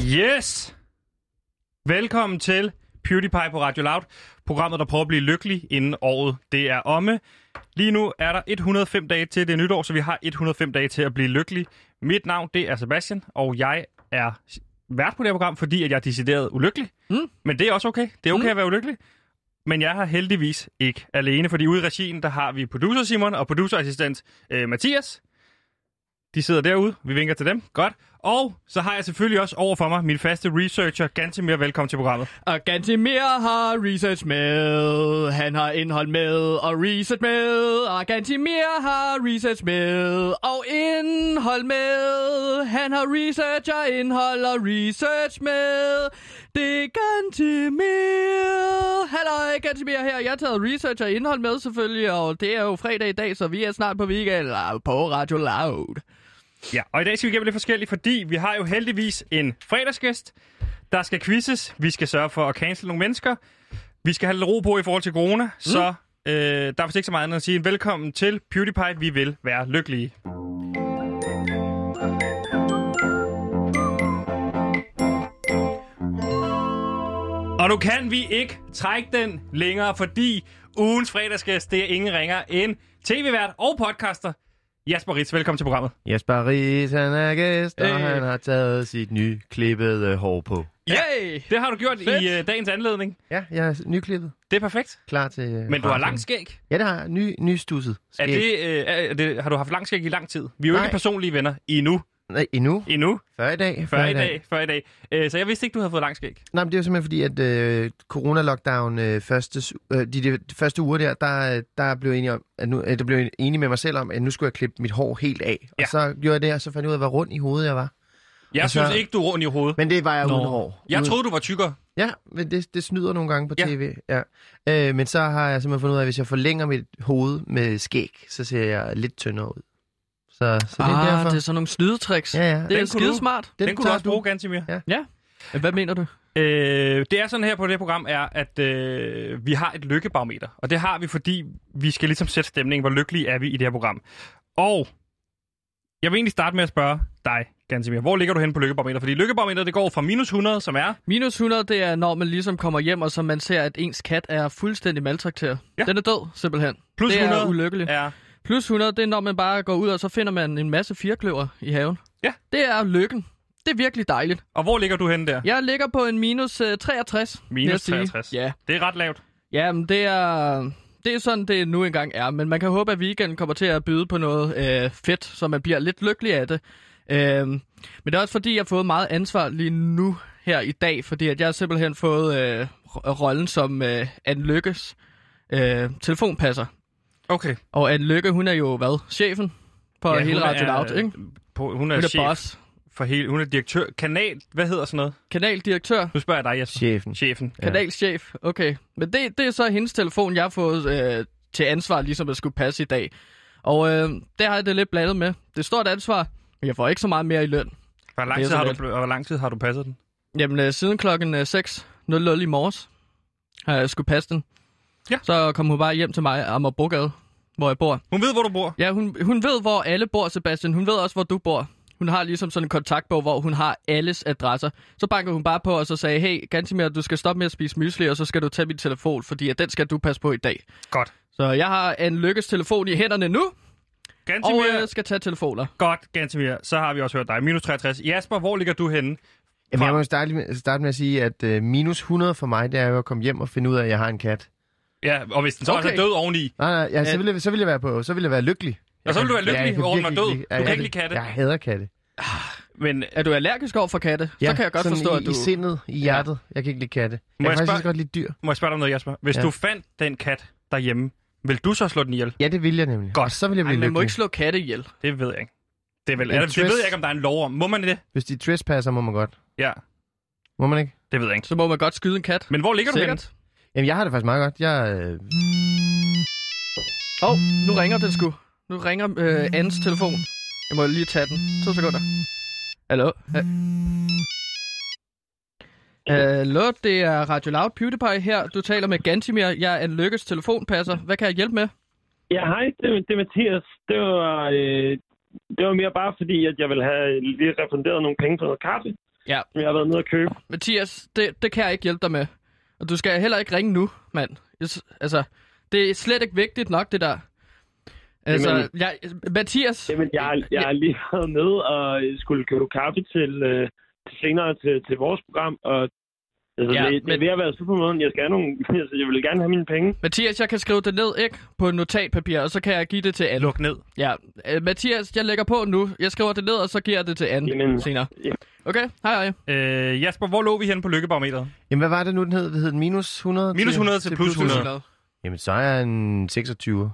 Yes! Velkommen til PewDiePie på Radio Loud. Programmet, der prøver at blive lykkelig inden året det er omme. Lige nu er der 105 dage til det nytår, så vi har 105 dage til at blive lykkelig. Mit navn, det er Sebastian, og jeg er vært på det her program, fordi at jeg er decideret ulykkelig. Men det er også okay. Det er okay at være ulykkelig. Men jeg har heldigvis ikke alene, fordi ude i regien, der har vi producer Simon og producerassistent Mathias. De sidder derude. Vi vinker til dem. Godt. Og så har jeg selvfølgelig også over for mig min faste researcher, Gantemir. Velkommen til programmet. Og Gantemir har research med. Han har indhold med og research med. Og Gantemir har research med og indhold med. Han har research og indhold og research med. Det er Gantemir. Halløj, Gantemir her. Jeg har taget research og indhold med selvfølgelig. Og det er jo fredag i dag, så vi er snart på weekend på Radio Loud. Ja, og i dag skal vi igennem lidt forskelligt, fordi vi har jo heldigvis en fredagsgæst, der skal quizzes. Vi skal sørge for at cancel nogle mennesker. Vi skal have lidt ro på i forhold til corona, så der er vist ikke så meget andet at sige. Velkommen til PewDiePie. Vi vil være lykkelige. Og nu kan vi ikke trække den længere, fordi ugens fredagsgæst, det er ingen ringer end tv-vært og podcaster. Jasper Ritz, velkommen til programmet. Jasper Ritz, han er gæst, og han har taget sit nyklippede hår på. Ja, det har du gjort i dagens anledning. Ja, jeg er nyklippet. Det er perfekt. Klar til... Men du har langt skæg. Ja, det har jeg. Nystusset skæg. Har du haft langt skæg i lang tid? Vi er jo ikke personlige venner endnu. Nej, endnu. Før i dag. Så jeg vidste ikke, du havde fået langt skæg. Nej, men det er jo simpelthen fordi, at corona-lockdown de første uger der blev jeg enig om, at nu, der blev jeg enig med mig selv om, at nu skulle jeg klippe mit hår helt af. Ja. Og så gjorde jeg det, og så fandt jeg ud af, hvor rund i hovedet jeg var. Jeg synes ikke, du er rund i hovedet. Men det var jeg uden hår. Jeg troede, du var tykkere. Ja, men det snyder nogle gange på tv. Ja. Men så har jeg simpelthen fundet ud af, at hvis jeg forlænger mit hoved med skæg, så ser jeg lidt tyndere ud. Så det er derfor. Det er sådan nogle snydetricks. Ja. Det er skidesmart. Den kunne du også bruge, Gantemir. Ja. Hvad mener du? Det er sådan her på det program, er, at vi har et lykkebarometer. Og det har vi, fordi vi skal ligesom sætte stemningen, hvor lykkelige er vi i det her program. Og jeg vil egentlig starte med at spørge dig, Gantemir. Hvor ligger du hen på lykkebarometer? Fordi lykkebarometeret, det går fra minus 100, som er... Minus 100, det er, når man ligesom kommer hjem, og så man ser, at ens kat er fuldstændig maltrakteret. Ja. Den er død, simpelthen. Plus det 100 er ulykkeligt. Ja. Plus 100, det er, når man bare går ud, og så finder man en masse firkløver i haven. Ja. Det er lykken. Det er virkelig dejligt. Og hvor ligger du henne der? Jeg ligger på en minus 63. Minus 63? Ja. Det er ret lavt. Ja, men det er sådan, det nu engang er. Men man kan håbe, at weekenden kommer til at byde på noget fedt, så man bliver lidt lykkelig af det. Men det er også fordi, jeg har fået meget ansvar lige nu her i dag, fordi at jeg har simpelthen fået rollen som Anne Lykkes telefonpasser. Okay. Og Anne Lykke, hun er jo hvad? Chefen på hele Radio Loud, ikke? Hun er chef boss. For hele, hun er direktør. Hvad hedder sådan noget? Kanaldirektør. Nu spørger jeg dig, Jesper. Chefen. Ja. Kanalchef. Okay. Men det er så hendes telefon, jeg har fået til ansvar, ligesom at skulle passe i dag. Og der har jeg det lidt blandet med. Det er stort ansvar, men jeg får ikke så meget mere i løn. Hvor lang tid har du passet den? Jamen, siden klokken 6.00 i morges har jeg skulle passe den. Ja. Så kom hun bare hjem til mig, Amagerbrogade, hvor jeg bor. Hun ved, hvor du bor? Ja, hun ved, hvor alle bor, Sebastian. Hun ved også, hvor du bor. Hun har ligesom sådan en kontaktbog, hvor hun har alles adresser. Så banker hun bare på, og så sagde, hey, Gantemir, du skal stoppe med at spise mysli, og så skal du tage min telefon, fordi at den skal du passe på i dag. Godt. Så jeg har en Lykkes telefon i hænderne nu, Gantemir. og skal tage telefoner. Godt, Gantemir. Så har vi også hørt dig. Minus 63. Jasper, hvor ligger du henne? Jamen, jeg må starte med at sige, at minus 100 for mig, det er jo at komme hjem og finde ud af, at jeg har en kat. Ja, og hvis den så også er død oveni. Nej, ja, så vil jeg være lykkelig. Og så vil du være lykkelig, hvor den var død. Du kan ikke lide katte. Jeg hader katte. Men er du allergisk over for katte? Ja, så kan jeg godt forstå, at du... i sindet, i hjertet. Jeg kan ikke lide katte. Jeg kan faktisk godt lide dyr. Må jeg spørge dig om noget, Jasper? Hvis du fandt den kat derhjemme, vil du så slå den ihjel? Ja, det vil jeg nemlig. Godt. Så vil jeg blive lykkelig. Man må ikke slå katte ihjel. Det ved jeg ikke. Det ved jeg ikke, om der er en lov om. Må man det? Hvis de trespasser, må man godt. Ja. Må man ikke? Det ved jeg ikke. Så må man godt skyde en kat. Men hvor ligger du henne? Jamen, jeg har det faktisk meget godt. Nu ringer den sgu. Nu ringer Annes telefon. Jeg må lige tage den. 2 sekunder. Hallo? Hallo, det er Radio Loud PewDiePie her. Du taler med Gantemir. Jeg er en Lykkes telefonpasser. Hvad kan jeg hjælpe med? Ja, hej. Det er Mathias. Det var mere bare fordi, at jeg ville have lige refunderet nogle penge for noget kaffe. Ja. som jeg har været nede at købe. Mathias, det kan jeg ikke hjælpe dig med. Og du skal heller ikke ringe nu, mand. Altså, det er slet ikke vigtigt nok, det der. Altså, Mathias... Jamen, jeg har lige været nede og skulle købe kaffe til senere til vores program, og altså, det er ved at være supermåden. Jeg skal have nogle... Altså, jeg vil gerne have mine penge. Mathias, jeg kan skrive det ned, ikke? På et notatpapir, og så kan jeg give det til Anne. Luk ned. Ja. Mathias, jeg lægger på nu. Jeg skriver det ned, og så giver jeg det til Anne senere. Ja. Okay, hej. Jasper, hvor lå vi henne på lykkebarometeret? Jamen, hvad var det nu, den hed? Det hed minus 100? Minus 100 til plus 100. Jamen, så er jeg en 26.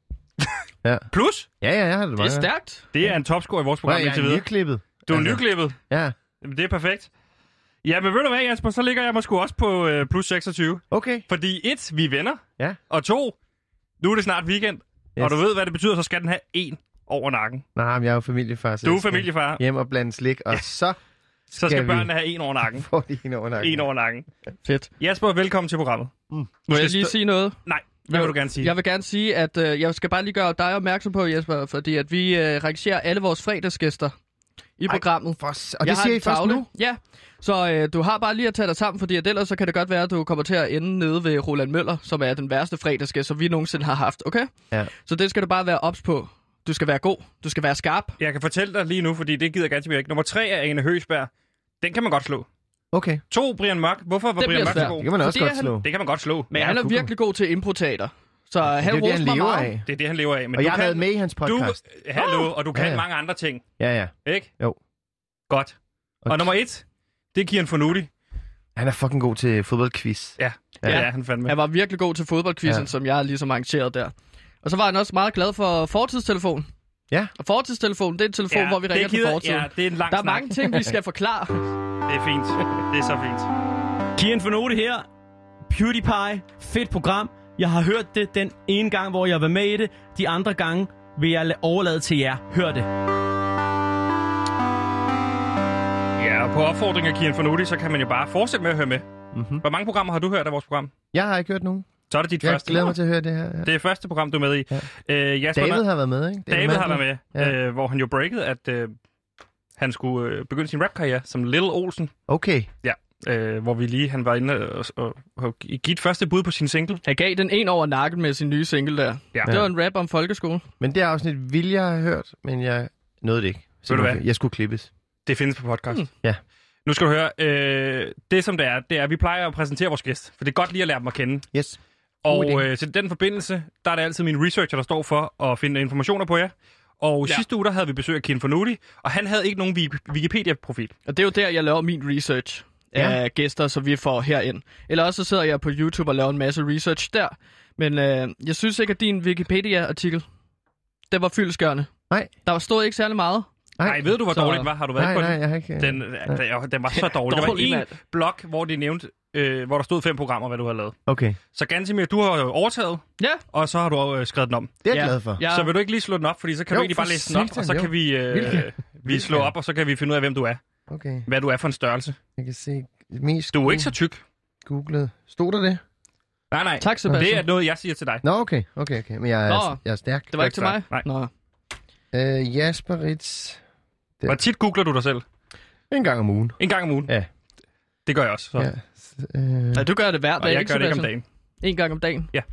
Ja. Plus? Ja, jeg har det Det meget. er stærkt. Det er en topscore i vores program Jeg indtil er videre. nyklippet. Du er nyklippet? Ja. Jamen, det er perfekt. Ja, men ved du hvad, Jasper, så ligger jeg måske også på plus 26. Okay. Fordi 1, vi er venner. Ja. Og 2, nu er det snart weekend. Yes. Og du ved, hvad det betyder, så skal den have 1 over nakken. Nej, men jeg er jo familiefar. Du er familiefar. Hjem og blande slik, og så skal børnene have 1 over nakken. Får de 1 over nakken. 1 over nakken. Fedt. Jasper, velkommen til programmet. Må jeg lige sige noget? Nej, hvad vil du gerne sige? Jeg vil gerne sige, at jeg skal bare lige gøre dig opmærksom på, Jesper, fordi at vi rangerer alle vores fredagsgæster i programmet. Og det siger I først nu? Ja, så du har bare lige at tage dig sammen, fordi at ellers så kan det godt være, at du kommer til at ende nede ved Roland Møller, som er den værste fredagsgæst, som vi nogensinde har haft, okay? Ja. Så det skal du bare være ops på. Du skal være god. Du skal være skarp. Jeg kan fortælle dig lige nu, fordi det gider ganske mere ikke. Nummer 3 er Ane Høgsberg. Den kan man godt slå. Okay. 2, Brian Mørk. Hvorfor var Det Brian bliver Mørk så svært. god? Det kan man også Fordi godt slå. Det kan man godt slå. Men Ja, han er kunne virkelig god til improteater. Så Det han er jo det, roste han mig lever meget. af. Det er det, han lever af. Men Og du jeg har kan, været med i hans podcast. hallo, og du kan Ja. mange andre ting. Ja. Ikke? Jo. Godt. Og nummer 1, det er Kian Fornuti. Han er fucking god til fodboldquiz. Ja, det er han fandme. Han var virkelig god til fodboldquizzen, som jeg ligesom arrangeret der. Og så var han også meget glad for fortidstelefon. Ja. Og fortidstelefon, det er en telefon, hvor vi ringer til fortiden. Ja, det er en lang Der er snak. mange ting, vi skal forklare. Det er fint. Det er så fint. Kian Fornote her. PewDiePie. Fedt program. Jeg har hørt det den ene gang, hvor jeg var med i det. De andre gange vil jeg overlade til jer. Hør det. Ja, og på opfordring af Kian Fornuti, så kan man jo bare fortsætte med at høre med. Mm-hmm. Hvor mange programmer har du hørt af vores program? Jeg har ikke hørt nogen. Så er det dit Jeg første. glæder mig til at høre det her. Ja. Det er første program, du er med i. Ja. Jasper, David har været med, ikke? David har været med, Ja. hvor han jo breakede, at han skulle begynde sin rapkarriere som Little Olsen. Okay. Hvor vi lige, han var inde og givet første bud på sin single. Han gav den en over nakken med sin nye single der. Ja. Det var en rap om folkeskole. Men det afsnit ville jeg have hørt, men jeg nåede det ikke. Ved du hvad? Jeg skulle klippes. Det findes på podcast. Ja. Nu skal du høre, det som det er, at vi plejer at præsentere vores gæst, for det er godt lige at lære dem at kende. Yes. Og idé. til den forbindelse, der er det altid min researcher, der står for at finde informationer på jer. Og sidste uge, der havde vi besøg af Kian Fornuti, og han havde ikke nogen Wikipedia-profil. Og det er jo der, jeg laver min research af gæster, så vi får herind. Eller også så sidder jeg på YouTube og laver en masse research der. Men jeg synes ikke, at din Wikipedia-artikel, det var fyldestgørende. Nej. Der stod ikke særlig meget. Nej, ved du, hvor dårligt den var? Har du været på Nej, den? jeg har ikke... Den var så dårlig. Der Dårlig, var mand. en blog, hvor de nævnte, hvor der stod 5 programmer, hvad du har lavet. Okay, Så Gansimir, du har overtaget, Ja. og så har du skrevet den om. det er jeg glad for. Ja. Så vil du ikke lige slå den op, fordi så kan Jo, du egentlig bare for læse den op, og så satan, kan vi slå op, og så kan vi finde ud af, hvem du er. Okay, Hvad du er for en størrelse. jeg kan se mest... Du er ikke så tyk. Googlet. Stod der det? Nej. Tak, Sebastian. Det er noget, jeg siger til dig. Nå, okay. Men jeg er stærk. Det var ikke til mig? Nej. Nå. Jasper Ritz. Hvor tit googler du dig selv? En gang om ugen. En gang om ugen? Ja. Det gør jeg også. Så. Ja. Ja, du gør det hver Og dag, jeg gør det ikke om dagen. En gang om dagen? Ja.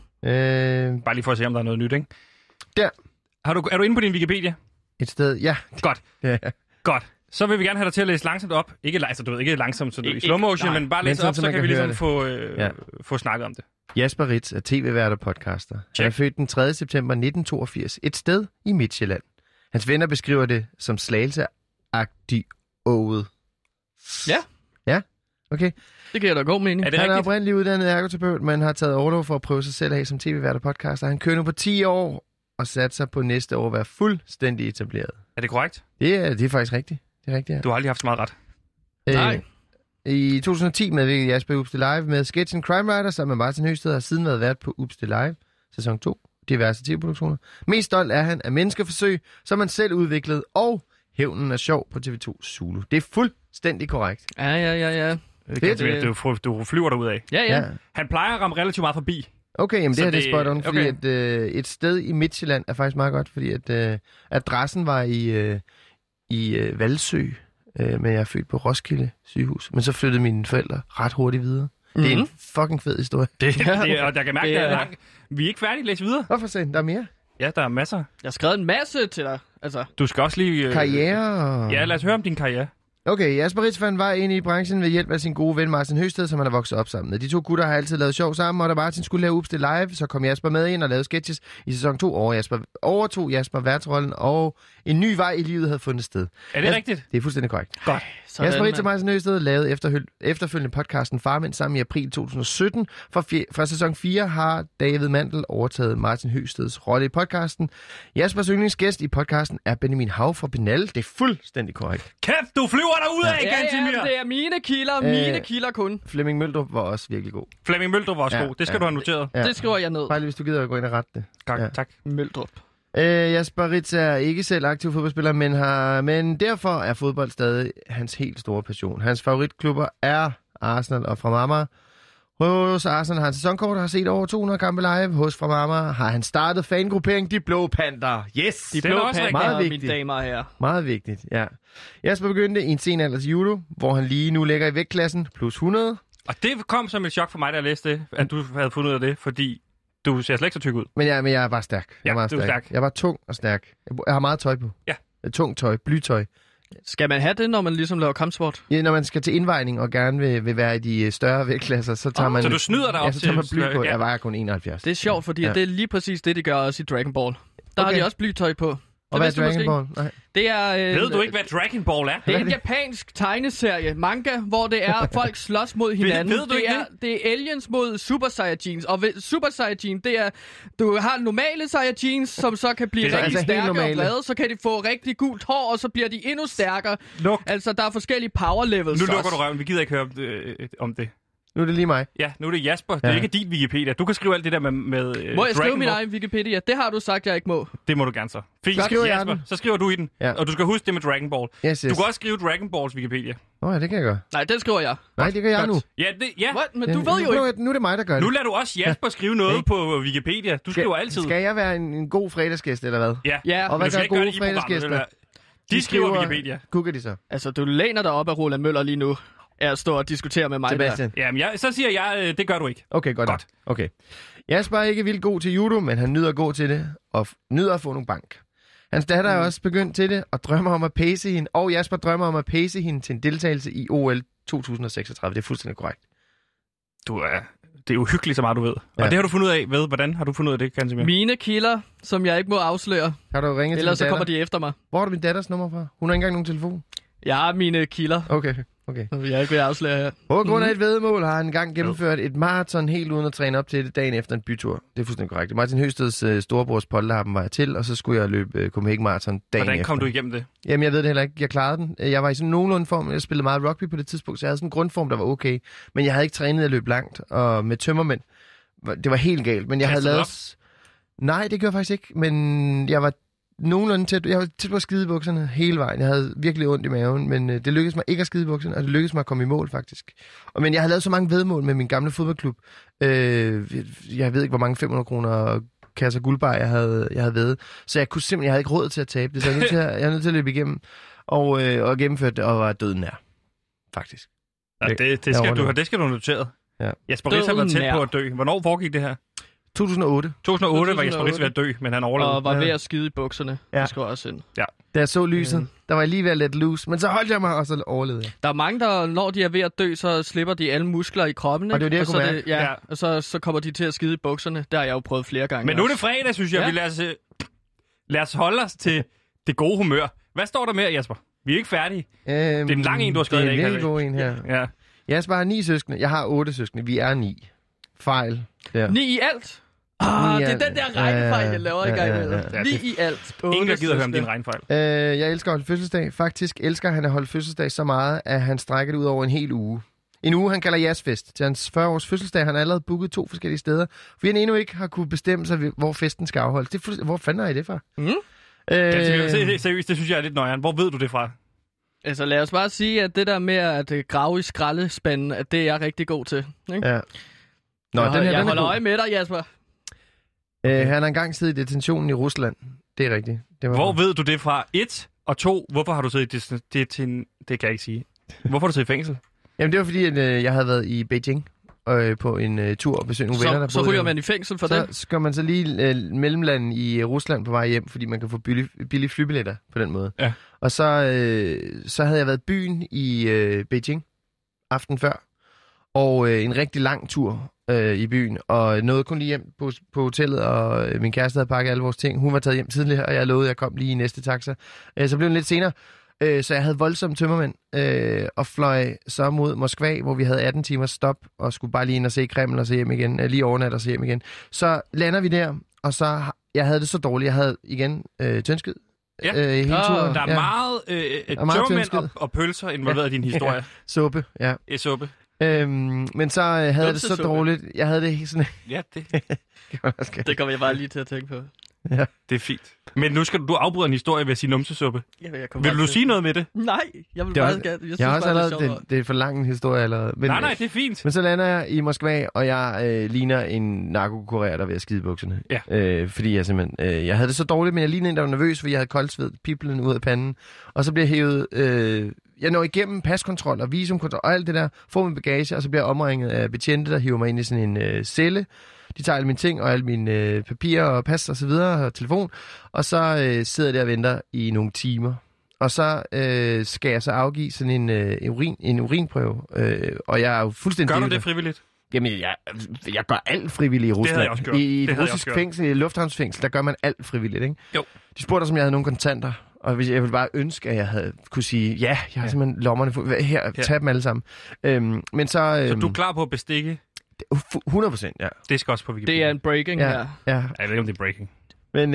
Bare lige for at se, om der er noget nyt, ikke? Der. Er du inde på din Wikipedia? Et sted, ja. Godt. Ja. Godt. Så vil vi gerne have dig til at læse langsomt op. Ikke langsomt, så du i Ikke- slow motion, nej. men bare Men læse sådan, op, så så man kan vi kan ligesom høre få snakket om det. Jasper Ritz er tv-vært og podcaster. Han er Check. født den 3. september 1982. Et sted i Midtjylland. Hans venner beskriver det som slagelse-agtigt ået. Ja. Ja? Okay. Det giver da god mening. Er det Han er rigtigt? oprindeligt uddannet ergoterapeut, men har taget overlov for at prøve sig selv af som tv-vært og podcaster. Han kører nu på 10 år og sat sig på næste år at være fuldstændig etableret. Er det korrekt? Det er faktisk rigtigt. Det er rigtigt, ja. Du har aldrig haft så meget ret. Nej. I 2010 medvirkede Jasper i Ups det Live med Sketch and Crime Writer sammen med Martin Høsted og har siden været vært på Ups det Live, sæson 2, diverse tv-produktioner. Mest stolt er han af menneskeforsøg, som han selv udviklede, og Hævnen er sjov på TV2 Zulu. Det er fuldstændig korrekt. Ja. Fedt. Du flyver derud af. Ja. Han plejer at ramme relativt meget forbi. Okay, jamen Så det her det er det- spot on, fordi okay. at, et sted i Midtjylland er faktisk meget godt, fordi at adressen var i Valsø, Men jeg er født på Roskilde sygehus. Men så flyttede mine forældre ret hurtigt videre. Det er en fucking fed historie. Og jeg kan mærke, at det er langt. Vi er ikke færdige. Læs videre. Hvorfor sagde der er mere? Ja, der er masser. Jeg har skrevet en masse til dig. Altså. Du skal også lige... Karriere. Ja, lad os høre om din karriere. Okay, Jasper Ritz fandt vej ind i branchen ved hjælp af sin gode ven Martin Høsted, som han har vokset op sammen med. De to gutter har altid lavet sjov sammen, og da Martin skulle lave Ups det live, så kom Jasper med ind og lavede sketches i sæson 2 overtog Jasper værtsrollen, og en ny vej i livet havde fundet sted. Er det rigtigt? Det er fuldstændig korrekt. Godt. Jasper Ritz og Martin Høsted lavede efterfølgende podcasten Farmænd sammen i april 2017. Fra sæson 4 har David Mandel overtaget Martin Høsteds rolle i podcasten. Jaspers yndlingsgæst i podcasten er Benjamin Hav fra Benal. Det er fuldstændig korrekt. Kæft, du flyver derudad, Gantimir! Ja, det er mine kilder kun. Flemming Møldrup var også virkelig god. Flemming Møldrup var også god. Det skal du have noteret. Ja. Det skriver jeg ned. Bare lige, hvis du gider at gå ind og rette det. Tak. Møldrup. Jasper Ritz er ikke selv aktiv fodboldspiller, men derfor er fodbold stadig hans helt store passion. Hans favoritklubber er Arsenal og Fremad Amager. Hos Arsenal har han sæsonkort og har set over 200 kampe live. Hos Fremad Amager har han startet fangruppering De Blå Panter. Yes! De Blå Panter, meget mine vigtigt. damer her. Meget vigtigt, ja. Jasper begyndte i en sen alder til judo, hvor han lige nu ligger i vægtklassen plus 100. Og det kom som et chok for mig, da jeg læste det, at du havde fundet ud af det, fordi du ser slet ikke så tyk ud. Men jeg er bare stærk. Jeg er meget du er stærk. Jeg var tung og stærk. Jeg har meget tøj på. Ja. Tungt tøj, blytøj. Skal man have det, når man ligesom laver kampsport? Ja, når man skal til indvejning og gerne vil være i de større vægtklasser, så tager man... Så du snyder dig op så tager man bly på. Ja. Jeg vejer kun 71. Det er sjovt, fordi det er lige præcis det, de gør også i Dragon Ball. Der har de også blytøj på. Og hvad er Dragon Ball? Nej. Det er... Ved du ikke, hvad Dragon Ball er? Det er en japansk tegneserie, manga, hvor det er, folk slås mod hinanden. Ved du ikke det er aliens mod Super Saiyajins. Og ved Super Saiyajin, det er... Du har normale Saiyajins, som så kan blive rigtig altså stærke og vrede. Så kan de få rigtig gult hår, og så bliver de endnu stærkere. Altså, der er forskellige power levels. Nu lukker du røven. Vi gider ikke høre om det. Nu er det lige mig. Ja, nu er det Jasper. Det er ikke din Wikipedia. Du kan skrive alt det der med må jeg skrive min egen Wikipedia? Det har du sagt, jeg ikke må. Det må du gerne så. Fint, Jasper. Så skriver du i den. Ja. Og du skal huske det med Dragon Ball. Yes. Du kan også skrive Dragon Balls Wikipedia. Ja, det kan jeg gøre. Nej, den skriver jeg. Nej, det gør jeg nu. Ja, What? Men du ved jo ikke. Nu er det mig, der gør det. Nu lader du også Jasper skrive noget på Wikipedia. Du skriver altid. Skal jeg være en god fredagsgæst, eller hvad? Ja. Og hvad gør gode fredagsgæster? De skriver Wikipedia. Kukker de så? Altså, du læner dig op af Roland Møller lige nu. At stå og diskutere med mig. Sebastian. Der. Jamen, så siger jeg, det gør du ikke. Okay, godt. Okay. Jasper er ikke vildt god til judo, men han nyder at gå til det, og nyder at få nogle bank. Hans datter er også begyndt til det, og drømmer om at pace hende, og Jasper drømmer om at pace hende til en deltagelse i OL 2036. Det er fuldstændig korrekt. Det er uhyggeligt, så meget du ved. Ja. Og det har du fundet ud af ved. Hvordan har du fundet ud af det, Gantimir? Mine kilder, som jeg ikke må afsløre. Har du ringet til ellers så kommer de efter mig. Hvor har du min datters nummer fra? Hun har ikke engang nogen telefon. Jeg har mine kilder. Okay. Jeg ikke vil afsløre her. På grund af et væddemål har han engang gennemført et maraton helt uden at træne op til det dagen efter en bytur. Det er fuldstændig korrekt. Martin Høsteds storebrors polterappen var jeg til, og så skulle jeg løbe Copenhagen Marathon dagen efter. Hvordan kom du igennem det? Jamen, jeg ved det heller ikke. Jeg klarede den. Jeg var i sådan nogenlunde form. Jeg spillede meget rugby på det tidspunkt, så jeg havde sådan en grundform, der var okay. Men jeg havde ikke trænet at løbe langt, og med tømmermænd. Det var helt galt. Men jeg havde lavet... Nej, det gjorde jeg faktisk ikke. Men jeg var nogenlunde tæt. Jeg var tæt på at skide i bukserne hele vejen. Jeg havde virkelig ondt i maven, men det lykkedes mig ikke at skide i bukserne, og det lykkedes mig at komme i mål, faktisk. Men jeg havde lavet så mange væddemål med min gamle fodboldklub. Jeg ved ikke, hvor mange 500 kroner kasser guldbar jeg havde væddet. Så jeg havde ikke råd til at tabe det, så jeg er nødt til at løbe igennem. Og gennemførte det, og var døden nær. Faktisk. Ja, det skal du notere. Ja. Jasper Ritz har været tæt på at dø. Hvornår foregik det her? 2008. 2008 var Jasper Ritz ved at dø, men han overlevede. Og var ved at skide i bukserne. Ja. Det skal også ind. Ja. Da jeg så lyset, der var jeg lige ved at let loose, men så holdt jeg mig, og så overlevede jeg. Der er mange, der, når de er ved at dø, så slipper de alle muskler i kroppen. Og det er det, jeg kunne mærke. Og så kommer de til at skide i bukserne. Der har jeg jo prøvet flere gange. Men nu er det fredag, synes jeg. Vi lad os holde os til det gode humør. Hvad står der mere, Jasper? Vi er ikke færdige. Det er en lang en, du har skrevet. Det er en virkelig god en her. Ja. Jasper har 9 søskende. Jeg har 8 søskende. Vi er 9. Fejl. Der. 9 i alt? Det er den der regnefejl, jeg laver i gang med. 9 i alt. Ingen, der gider høre om din regnefejl. Jeg elsker at holde fødselsdag. Faktisk elsker han at holde fødselsdag så meget, at han strækker det ud over en hel uge. En uge, han kalder jazzfest. Til hans 40-års fødselsdag har han allerede booket 2 forskellige steder, fordi han endnu ikke har kunne bestemme sig, hvor festen skal afholdes. Hvor fanden er I det fra? Seriøst, det synes jeg er lidt nøjeren. Hvor ved du det fra? Altså lad os bare sige, at det der med at grave i skraldespanden, at det er jeg rigtig god til. Ikke? Ja. Jeg holder øje med dig, Jasper. Han har engang siddet i detentionen i Rusland. Det er rigtigt. Hvor ved du det fra? 1. Og 2, hvorfor har du siddet i det kan jeg ikke sige. Hvorfor har du siddet i fængsel? Jamen, det var fordi, at jeg havde været i Beijing på en tur og besøgt nogle venner, der Så ryger man i fængsel for det? Så skal man så lige mellemlande i Rusland på vej hjem, fordi man kan få billige flybilletter på den måde. Ja. Og så havde jeg været i byen i Beijing aften før, og en rigtig lang tur i byen, og nåede kun lige hjem på hotellet, og min kæreste havde pakket alle vores ting. Hun var taget hjem tidligere, og jeg lovede, at jeg kom lige i næste taxa. Så blev det lidt senere. Så jeg havde voldsomme tømmermænd og fløj så mod Moskva, hvor vi havde 18 timers stop og skulle bare lige ind og se Kreml og så hjem igen, lige overnat og så hjem igen. Så lander vi der, og så jeg havde det så dårligt. Jeg havde igen tyndskid. Ja. Hele turen. Der er meget tømmermænd og pølser involveret i din historie. Suppe, ja. Suppe. Men så havde jeg det så dårligt. Jeg havde det sådan... Ja, det. Det kommer jeg bare lige til at tænke på. Ja. Det er fint. Men nu skal du afbryde en historie ved at sige numsesuppe. Ja, vil du sige noget med det? Nej, jeg vil bare gerne. Jeg har også allerede... Det er for lang en historie allerede. Men, nej, det er fint. Men så lander jeg i Moskva, og jeg ligner en narkokurer, der er ved at skide bukserne. Ja. Fordi jeg simpelthen... jeg havde det så dårligt, men jeg lignede en, der var nervøs, fordi jeg havde koldsved, piblen ud af panden. Og så bliver jeg hævet... jeg når igennem paskontrol og visumkontrol og alt det der, får min bagage, og så bliver jeg omringet af betjente, der hiver mig ind i sådan en celle. De tager alle mine ting og alle mine papirer og pas og så videre og telefon. Og så sidder jeg der og venter i nogle timer. Og så skal jeg så afgive sådan en urinprøve. Og jeg er jo fuldstændig... Gør du det frivilligt? Jamen, jeg gør alt frivilligt i Rusland. Det havde jeg også gjort. I et russisk fængsel, i et lufthavnsfængsel, der gør man alt frivilligt, ikke? Jo. De spurgte os, om jeg havde nogle kontanter. Og hvis jeg ville bare ønske, at jeg havde kunne sige, ja, jeg har simpelthen lommerne her, tag dem alle sammen. Men så du er klar på at bestikke? 100%, ja. Det skal også på Wikipedia. Det er en breaking her. Ja. Jeg ved ikke, om det er breaking. Men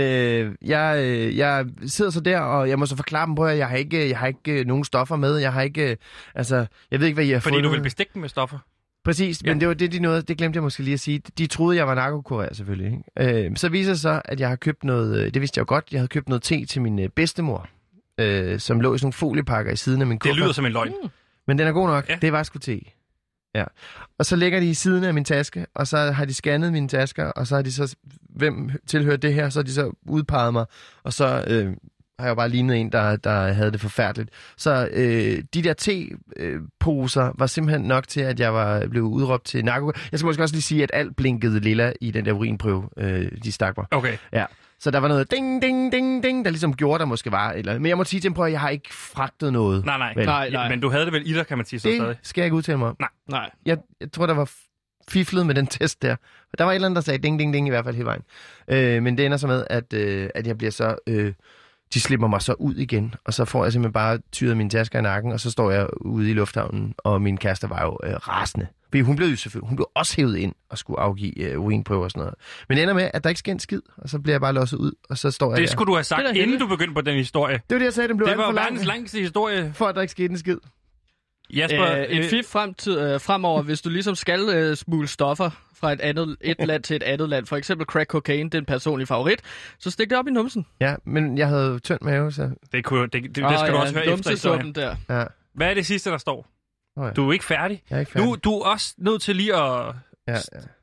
jeg sidder så der, og jeg må så forklare dem på, at jeg har ikke nogen stoffer med. Jeg har ikke, jeg ved ikke, hvad I har fået. Fordi du vil bestikke dem med stoffer? Præcis, men det var det glemte jeg måske lige at sige. De troede, jeg var narkokurer selvfølgelig. Ikke? Så viser det sig, at jeg har købt noget, det vidste jeg jo godt, jeg havde købt noget te til min bedstemor, som lå i sådan nogle foliepakker i siden af min kuffert. Det lyder som en løgn. Men den er god nok. Ja. Det var sgu te. Ja. Og så ligger de i siden af min taske, og så har de scannet mine tasker, og så har de så, hvem tilhører det her, så har de så udpeget mig, og så har jeg jo bare lignet en, der havde det forfærdeligt. Så de der te-poser var simpelthen nok til, at jeg var blevet udråbt til narko. Jeg skal måske også lige sige, at alt blinkede lilla i den der urinprøve, de stak mig. Okay. Ja. Så der var noget ding, ding, ding, ding, der ligesom gjorde, der måske var. Men jeg må sige til dem på, at jeg har ikke fragtet noget. Nej. Nej. Men du havde det vel i dig, kan man sige så det stadig. Skal jeg ikke udtale mig om. Nej. Jeg tror, der var fiflet med den test der. Der var et eller andet, der sagde ding, ding, ding i hvert fald hele vejen. Men det ender så med, at jeg bliver så... de slipper mig så ud igen, og så får jeg simpelthen bare tyret mine tasker i nakken, og så står jeg ude i lufthavnen, og min kæreste var jo rasende. Fordi hun blev også hævet ind og skulle afgive urinprøver og sådan noget. Men det ender med, at der ikke sker en skid, og så bliver jeg bare losset ud, og så står jeg det der. skulle du have sagt, inden du begyndte på den historie. Det var det, jeg sagde, den blev det alt for var lang. verdens længste historie. For at der ikke skete en skid. Jasper, Et fif fremover, hvis du ligesom skal smule stoffer fra et land til et andet land, for eksempel crack cocaine, det er en personlig favorit, så stik det op i numsen. Ja, men jeg havde tynd mave, så... Det skal du også høre efter historien. Der. Ja. Hvad er det sidste, der står? Oh, ja. Du er ikke færdig. Jeg er ikke færdig. Du er også nødt til lige at... Ja.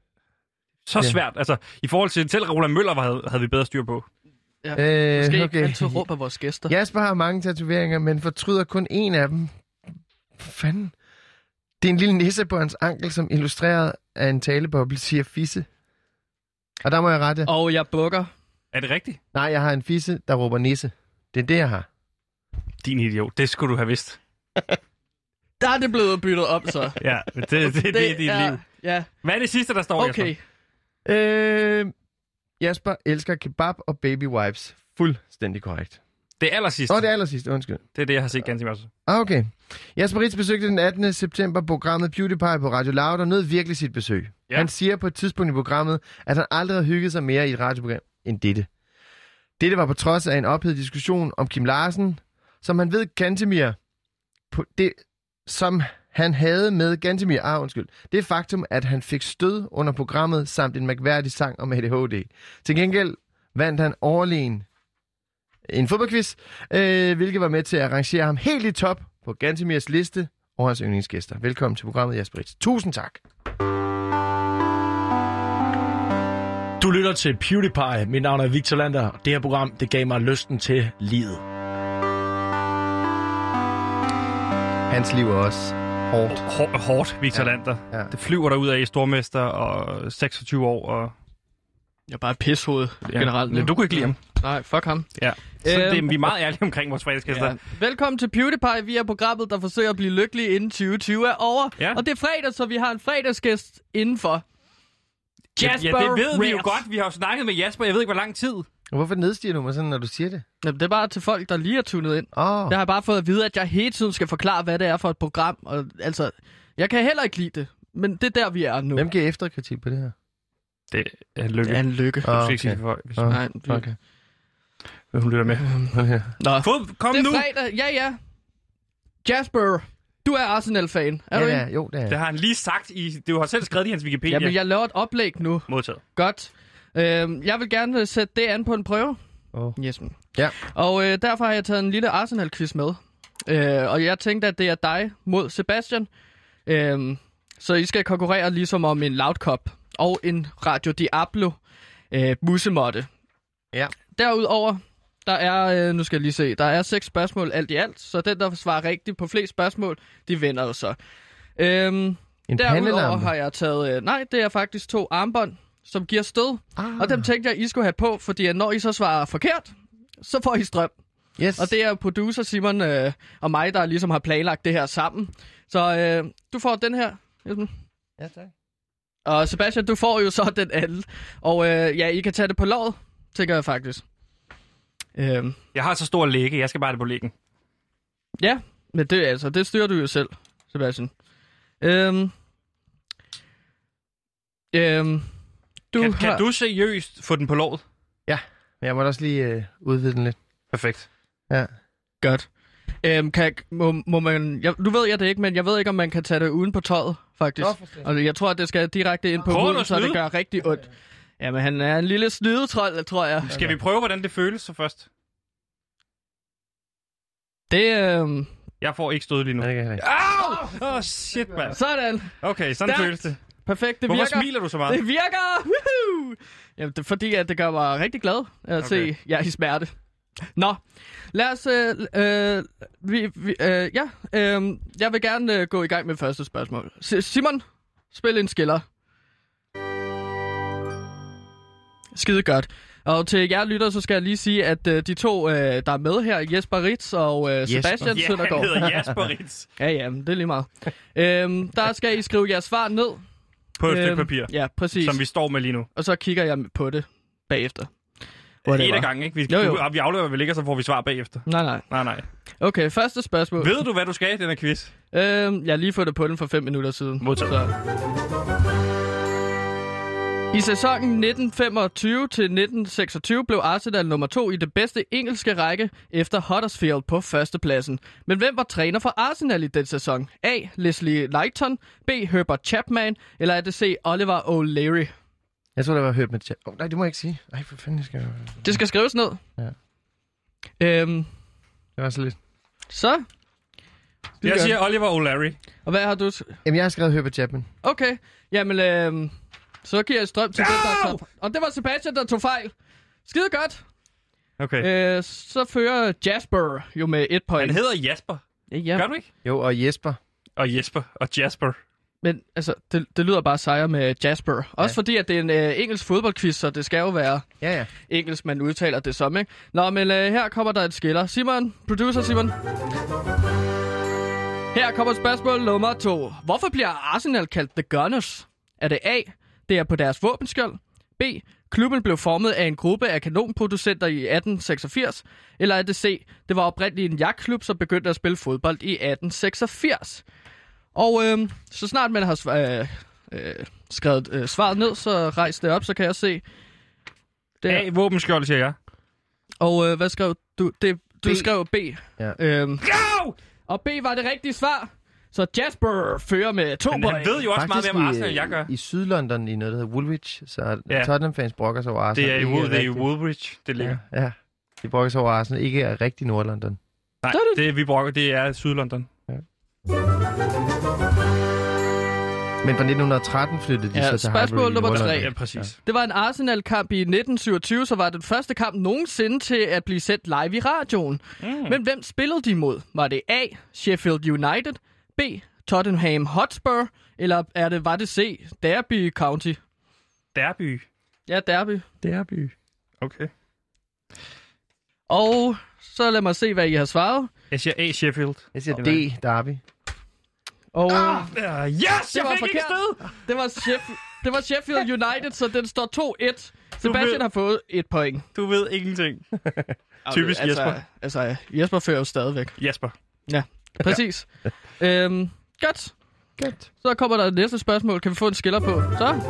Så svært. Altså, i forhold til selv Roland Møller havde vi bedre styr på. Ja. Måske okay. ikke altid råbe af vores gæster. Jasper har mange tatoveringer, men fortryder kun en af dem. Fanden. Det er en lille nisse på hans ankel, som illustreret af en taleboble siger fisse. Og der må jeg rette. Og jeg bukker. Er det rigtigt? Nej, jeg har en fisse, der råber nisse. Det er det, jeg har. Din idiot. Det skulle du have vidst. Der er det blevet byttet op, så. Ja, det er dit liv. Ja. Hvad er det sidste, der står, Okay. Jasper? Jasper elsker kebab og baby wipes. Fuldstændig korrekt. Det allersidste. Det allersidste, undskyld. Det er det, jeg har set ganske meget. Okay. Jasper Ritz besøgte den 18. september programmet PewDiePie på Radio Loud og nød virkelig sit besøg. Ja. Han siger på et tidspunkt i programmet, at han aldrig har hygget sig mere i et radioprogram end dette. Dette var på trods af en ophedet diskussion om Kim Larsen, som han ved Gantemir på det, som han havde med Gantemir. Det faktum, at han fik stød under programmet samt en mærkværdig sang om ADHD. Til gengæld vandt han overlegen en fodboldquiz, hvilket var med til at arrangere ham helt i top på Gantemirs liste over hans yndlingsgæster. Velkommen til programmet, Jasper Ritz. Tusind tak. Du lytter til PewDiePie. Mit navn er Victor Lander. Det her program, det gav mig lysten til livet. Hans liv er også hårdt. Hårdt, Victor Lander. Ja. Det flyver der ud af i stormester og 26 år. Og... Jeg er bare et pishoved generelt. Men du kunne ikke lide ham. Nej, fuck ham. Ja. Så vi er meget ærlige omkring vores fredagsgæster. Ja. Velkommen til PewDiePie. Vi er programmet, der forsøger at blive lykkelige inden 2020 er over. Ja. Og det er fredag, så vi har en fredagsgæst indenfor. Jasper det ved vi jo Ritz. godt. Vi har jo snakket med Jasper, jeg ved ikke, hvor lang tid. Hvorfor nedstiger du mig sådan, når du siger det? Jamen, det er bare til folk, der lige er tunet ind. Jeg har bare fået at vide, at jeg hele tiden skal forklare, hvad det er for et program. Og, altså, jeg kan heller ikke lide det, men det er der, vi er nu. Hvem giver efterkritik på det her? Det er en lykke. Det er en lykke. Du skal ikke sige det for folk. Nej, okay. Hun lytter med. Nå. Kom det er nu! fredag. Ja. Jasper, du er Arsenal-fan, er du ikke? Ja, jo, det er. Det har han lige sagt du har selv skrevet i hans Wikipedia. Jamen, jeg laver et oplæg nu. Modtaget. Godt. Jeg vil gerne sætte det an på en prøve. Yes. Ja. Og derfor har jeg taget en lille Arsenal-quiz med. Og jeg tænkte, at det er dig mod Sebastian. Så I skal konkurrere ligesom om en Loud Cup og en Radio Diablo musemotte. Ja. Derudover, der er, nu skal jeg lige se, der er 6 spørgsmål alt i alt. Så den, der svarer rigtigt på flest spørgsmål, de vinder jo så. En Derudover pandelampe? har jeg taget, nej, det er faktisk 2 armbånd, som giver stød. Og dem tænkte jeg, I skulle have på, fordi når I så svarer forkert, så får I strøm. Yes. Og det er producer Simon og mig, der ligesom har planlagt det her sammen. Så du får den her. Ja, tak. Og Sebastian, du får jo så den anden. Og ja, I kan tage det på låret, tænker jeg faktisk. Jeg har så stor lægge, jeg skal bare det på læggen. Ja, men det styrer du jo selv, Sebastian. Kan du seriøst få den på låret? Ja, men jeg må også lige udvide den lidt. Perfekt. Ja. Godt. Må man... du ved jeg det ikke, men jeg ved ikke, om man kan tage det uden på tøjet, faktisk. Og jeg tror, at det skal direkte ind på huden, så det gør rigtig ondt. Jamen, han er en lille snydetrold, tror jeg. Skal vi prøve, hvordan det føles så først? Det, Jeg får ikke stød lige nu. Au! Shit, mand. Sådan. Okay, sådan føles det. Perfekt, det Hvorfor virker. smiler du så meget? Det virker! Woohoo! Jamen, det er fordi, at det gør mig rigtig glad at se jer i smerte. Nå, lad os... jeg vil gerne gå i gang med første spørgsmål. Simon, spil en skiller. Skide godt. Og til jer lytter, så skal jeg lige sige, at de 2, der er med her, Jasper Ritz og Sebastian Søndergaard. Ja, han hedder Jasper Ritz. ja, det er lige meget. Der skal I skrive jeres svar ned. På et stykke papir. Ja, præcis. Som vi står med lige nu. Og så kigger jeg på det bagefter. En af gangen, ikke? Vi afleverer, hvad vi ligger, så får vi svar bagefter. Nej. Okay, første spørgsmål. Ved du, hvad du skal i den her quiz? Jeg har lige fået det på den for 5 minutter siden. Modtaget. Så. I sæsonen 1925 til 1926 blev Arsenal nummer 2 i det bedste engelske række efter Huddersfield på førstepladsen. Men hvem var træner for Arsenal i den sæson? A. Leslie Leighton, B. Herbert Chapman, eller er det C. Oliver O'Leary? Jeg tror, det var Herbert Chapman. Nej, det må jeg ikke sige. Nej, for fanden skal jeg... Det skal skrives ned. Ja. Det var så lidt. Så? Jeg siger Oliver O'Leary. Og hvad har du? Jamen, jeg har skrevet Herbert Chapman. Okay. Jamen, så giver jeg strøm til den, der tog... Og det var Sebastian, der tog fejl. Skide godt. Okay. Så fører Jasper jo med 1 point. Han hedder Jasper. Ja. Gør du ikke? Jo, og Jesper. Og Jesper. Og Jasper. Men altså, det lyder bare sejre med Jasper. Også fordi, at det er en engelsk fodboldquiz, så det skal jo være engelsk, man udtaler det som, ikke? Nå, men her kommer der et skiller. Simon, producer Simon. Her kommer spørgsmål nummer 2. Hvorfor bliver Arsenal kaldt The Gunners? Er det A, det er på deres våbenskjold? B, klubben blev formet af en gruppe af kanonproducenter i 1886? Eller er det C, det var oprindeligt en jagtklub, som begyndte at spille fodbold i 1886? Og så snart man har skrevet svaret ned, så rejs det op, så kan jeg se. A, våbenskjold, siger jeg. Og hvad skrev du? Du skrev B. Ja. Og B var det rigtige svar. Så Jasper fører med 2 point. Men han ved jo også faktisk meget, hvem Arsenal jeg gør. I Sydlondon i noget, der hedder Woolwich, så Tottenham-fans brokker sig over Arsenal. Det er i Woolwich, det ligger. Ja, de brokker sig over Arsenal, ikke er rigtig Nordlondon. Nej, det er Sydlondon. Ja. Men fra 1913 flyttede de så til spørgsmål Highbury. nummer 3. Ja, præcis. Det var en Arsenal-kamp i 1927, så var det den første kamp nogensinde til at blive sendt live i radioen. Men hvem spillede de imod? Var det A. Sheffield United, B. Tottenham Hotspur, eller var det C. Derby County? Derby. Ja, Derby. Derby. Okay. Og så lad mig se, hvad I har svaret. Jeg siger A. Sheffield. Jeg siger D. Derby. Og Yes! det Jeg var fik ikke forkert. Det var Sheffield United, så den står 2-1. Sebastian har fået 1 point. Du ved ingenting. Typisk Jesper. Altså, Jesper fører jo stadigvæk. Jesper. Ja, præcis. Godt. Så kommer der næste spørgsmål. Kan vi få en skiller på? Så.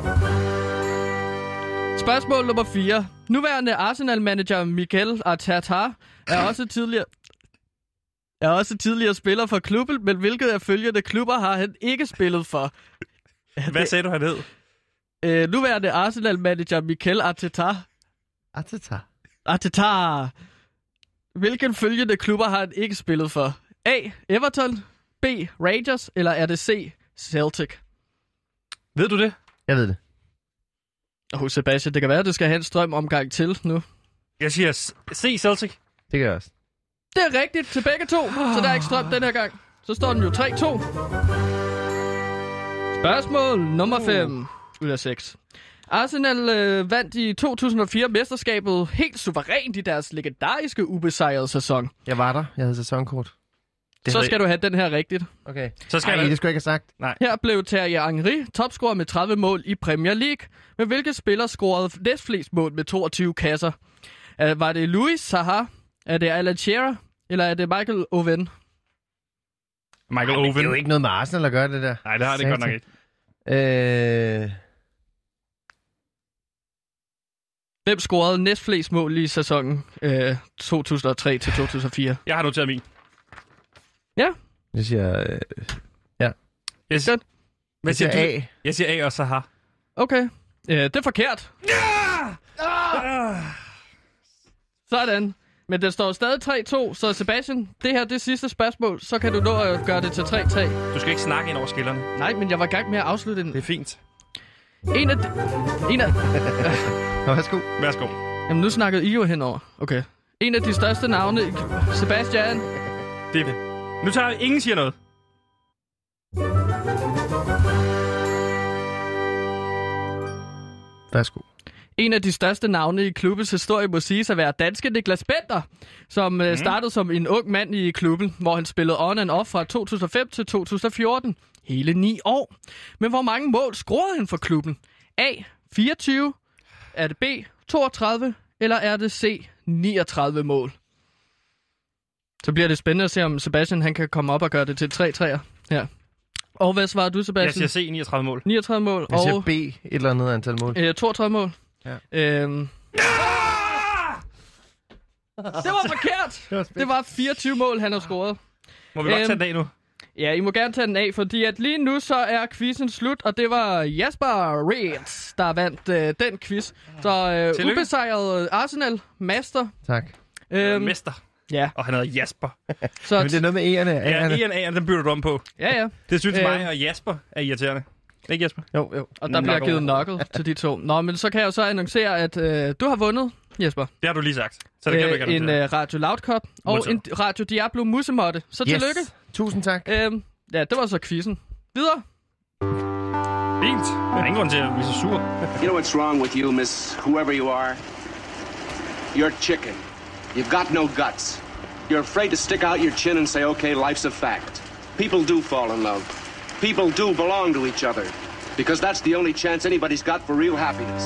Spørgsmål nummer 4. Nuværende Arsenal-manager Mikel Arteta er også tidligere spiller for klubben, men hvilket af følgende klubber har han ikke spillet for? Hvad sagde du, han hed? Nuværende Arsenal-manager Mikel Arteta. Arteta. Hvilken følgende klubber har han ikke spillet for? A. Everton, B. Rangers, eller er det C. Celtic? Ved du det? Jeg ved det. Sebastian, det kan være, at du skal have en strømomgang til nu. Jeg siger C. Celtic. Det gør jeg også. Det er rigtigt til begge to, så der er ikke strøm den her gang. Så står den jo 3-2. Spørgsmål nummer 5 ud af 6. Arsenal vandt i 2004 mesterskabet helt suverænt i deres legendariske ubesejrede sæson. Jeg var der. Jeg havde sæsonkort. Så skal du have den her rigtigt. Okay. Så skal det skulle jeg ikke have sagt. Nej. Her blev Thierry Henry topscorer med 30 mål i Premier League. Men hvilke spiller scorede næstflest mål med 22 kasser? Var det Louis Saha? Er det Alan Shearer? Eller er det Michael Owen? Michael Owen. Det er jo ikke noget med Arsenal at gøre, det der. Nej, det har det godt nok ikke. Hvem scorede næstflest mål i sæsonen 2003 til 2004? Jeg har noteret min. Ja. Jeg siger... Hvad siger du? A. Jeg siger A og Saha. Okay. Det er forkert. Sådan. Men det står stadig 3-2, så Sebastian, det her det er sidste spørgsmål, så kan du nå at gøre det til 3-3. Du skal ikke snakke ind over skillerne. Nej, men jeg var i gang med at afslutte den. Det er fint. En af... Værsgo. Værsgo. Jamen, nu snakkede I jo henover. Okay. En af de største navne... Sebastian. Det er det. Nu tager vi... Ingen siger noget. Værsgo. En af de største navne i klubbens historie må siges at være danske Niklas Bender, som startede som en ung mand i klubben, hvor han spillede on and off fra 2005 til 2014. Hele 9 år. Men hvor mange mål scorede han for klubben? A. 24. Er det B. 32. Eller er det C. 39 mål? Så bliver det spændende at se, om Sebastian han kan komme op og gøre det til 3-3'er her. Og hvad svarer du, Sebastian? Jeg siger C. 39 mål. 39 mål. Jeg siger og B. Et eller andet antal mål. 32 mål. Ja. Det var forkert! Det var 24 mål, han har scoret. Må vi godt tage den af nu? Ja, I må gerne tage den af, fordi at lige nu så er quizzen slut, og det var Jasper Reeds, der vandt den quiz. Så ubesejret Arsenal, master. Tak. Mester. Ja. Og han hedder Jasper. Så Men det er noget med E'erne. Ja, E'erne, den bytter du om på. Ja. Det synes mig og Jasper er irriterende. Ikke Jesper? Jo. Og der bliver givet knuckle til de to. Nå, men så kan jeg jo så annoncere, at du har vundet, Jesper. Det har du lige sagt. Så det kan du ikke annoncere. En Radio Loud Cup og en Radio Diablo musemotte. Så tillykke. Tusind tak. Ja, det var så quizzen. Videre. Fint. Der er ingen grund til at blive så sur. You know what's wrong with you, miss whoever you are? You're chicken. You've got no guts. You're afraid to stick out your chin and say, okay, life's a fact. People do fall in love. People do belong to each other. Because that's the only chance anybody's got for real happiness.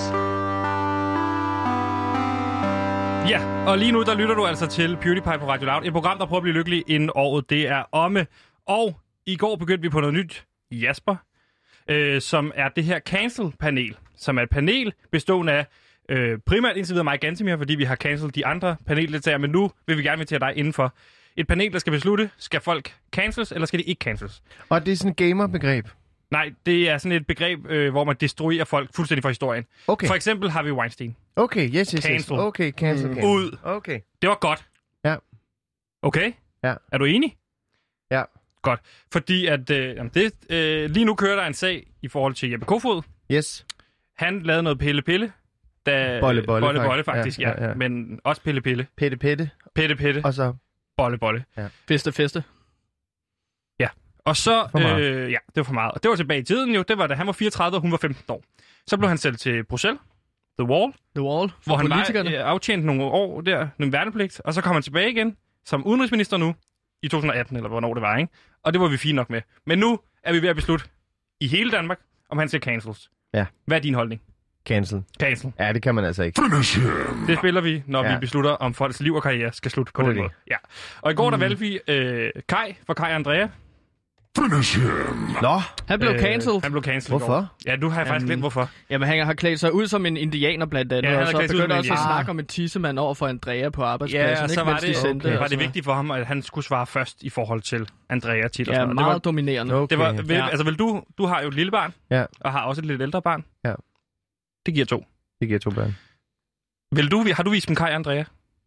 Ja, og lige nu der lytter du altså til PewDiePie på Radio Loud. Et program, der prøver at blive lykkelig inden året. Det er omme. Og i går begyndte vi på noget nyt. Jasper, som er det her Cancel-panel. Som er et panel bestående af primært indtil videre mig Gantemir, fordi vi har cancelled de andre paneldeltagere. Men nu vil vi gerne invitere dig indenfor. Et panel, der skal beslutte, skal folk cancels, eller skal de ikke cancels? Og det er sådan et gamer-begreb? Nej, det er sådan et begreb, hvor man destruerer folk fuldstændig fra historien. Okay. For eksempel har vi Weinstein. Okay, yes. Cancel. Okay, cancel. Ud. Okay. Det var godt. Ja. Okay? Ja. Er du enig? Ja. Godt. Fordi at lige nu kører der en sag i forhold til Jeppe Kofod. Yes. Han lavede noget pille-pille. Bolle, faktisk, ja. Men også pille-pille. Pette. Pette. Og så... Bolle. Ja. Feste. Ja. Og så... det var for meget. Og det var tilbage i tiden jo. Det var da han var 34, og hun var 15 år. Så blev han sendt til Bruxelles. The Wall. Hvor han var aftjent nogle år der, nogle værnepligt. Og så kom han tilbage igen som udenrigsminister nu. I 2018, eller hvornår det var, ikke? Og det var vi fint nok med. Men nu er vi ved at beslutte i hele Danmark, om han skal cancels. Ja. Hvad er din holdning? Cancel. Ja, det kan man altså ikke. Det spiller vi, når vi beslutter, om folks liv og karriere skal slutte på den måde. Ja. Og i går der valgte vi Kai fra Kai og Andrea. Nå. Han blev cancelled. Hvorfor? Ja, nu har jeg faktisk glemt hvorfor. Jamen, han har klædt sig ud som en indianer blandt andet, og så begyndte også at snakke om en tissemand over for Andrea på arbejdspladsen. Ja, så var det vigtigt for ham, at han skulle svare først i forhold til Andrea tit. Ja, meget dominerende. Okay. Altså, du har jo et lille barn, og har også et lidt ældre barn. Ja. Det giver 2. Det giver 2 børn. Har du vist dem Kai og Andrea?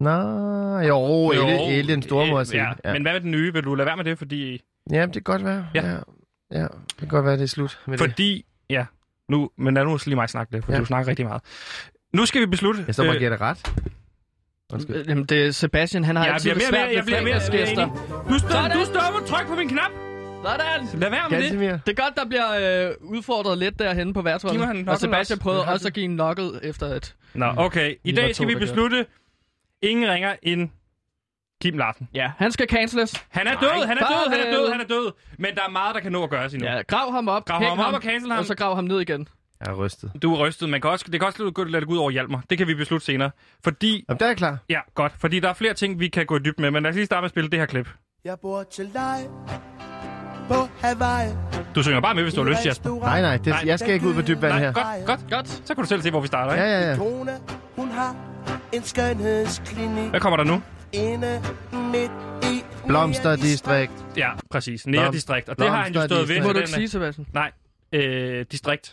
Jo, Elle den store mor at se. Ja. Men hvad med den nye? Vil du lade være med det, fordi... Ja, det kan godt være. Ja, det kan godt være, det er slut med fordi, det. Men lad nu lige mig snakke det, for du snakker rigtig meget. Nu skal vi beslutte... Jeg står bare giver det ret. Jamen, det er Sebastian, han har altid svært ved fredagsgæster. Du stopper, tryk på min knap! Sådan! Lad være med det. Det er godt, der bliver udfordret lidt derhenne på værtsholdet. Og Sebastian prøvede også at give en knuckle efter et... Nå, okay. I dag skal vi beslutte, ingen ringer end Kim Larsen. Ja, han skal canceles. Han er død. Men der er meget, der kan nå at gøre sig nu. Ja, grav ham op. Grav ham op og cancel ham. Og så grav ham ned igen. Jeg er rystet. Du er rystet. Det kan også lade det gå ud over Hjalmar. Det kan vi beslutte senere. Fordi... Jamen, der er klar. Ja, godt. Fordi der er flere ting, vi kan gå i dyb med. Men lad os lige starte med at spille det her klip. Jeg bor til dig på Hawaii. Du synger bare med, hvis du har lyst, Jasper. Nej, jeg skal ikke ud på dyb vand her. Godt. Så kan du selv se, hvor vi starter, ikke? Ja. Hun har en skønhedsklinik. Hvad kommer der nu? Inde midt i Blomsterdistrikt. Ja, præcis. Nærdistrikt. Og det har han jo stået ved. Må du ikke sige, Sebastian? Nej. Distrikt.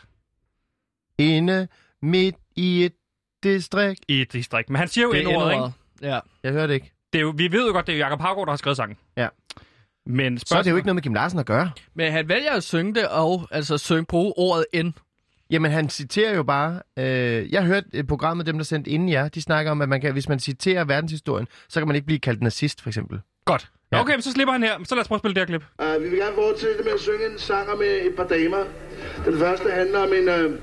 Inde midt i et distrikt. I et distrikt. Men han siger jo indordet, ikke? Ja. Jeg hørte ikke. Vi ved jo godt, det er Jakob Haugaard, der har skrevet sangen. Ja. Men så er det jo ikke noget med Kim Larsen at gøre. Men han vælger at synge det, og bruge ordet ind. Jamen, han citerer jo bare... jeg hørte et program med dem, der sendte inden jer. De snakker om, at man kan, hvis man citerer verdenshistorien, så kan man ikke blive kaldt nazist, for eksempel. Godt. Ja. Okay, så slipper han her. Så lad os prøve at spille det her klip. Vi vil gerne fortsætte med at synge en sang med et par damer. Den første handler om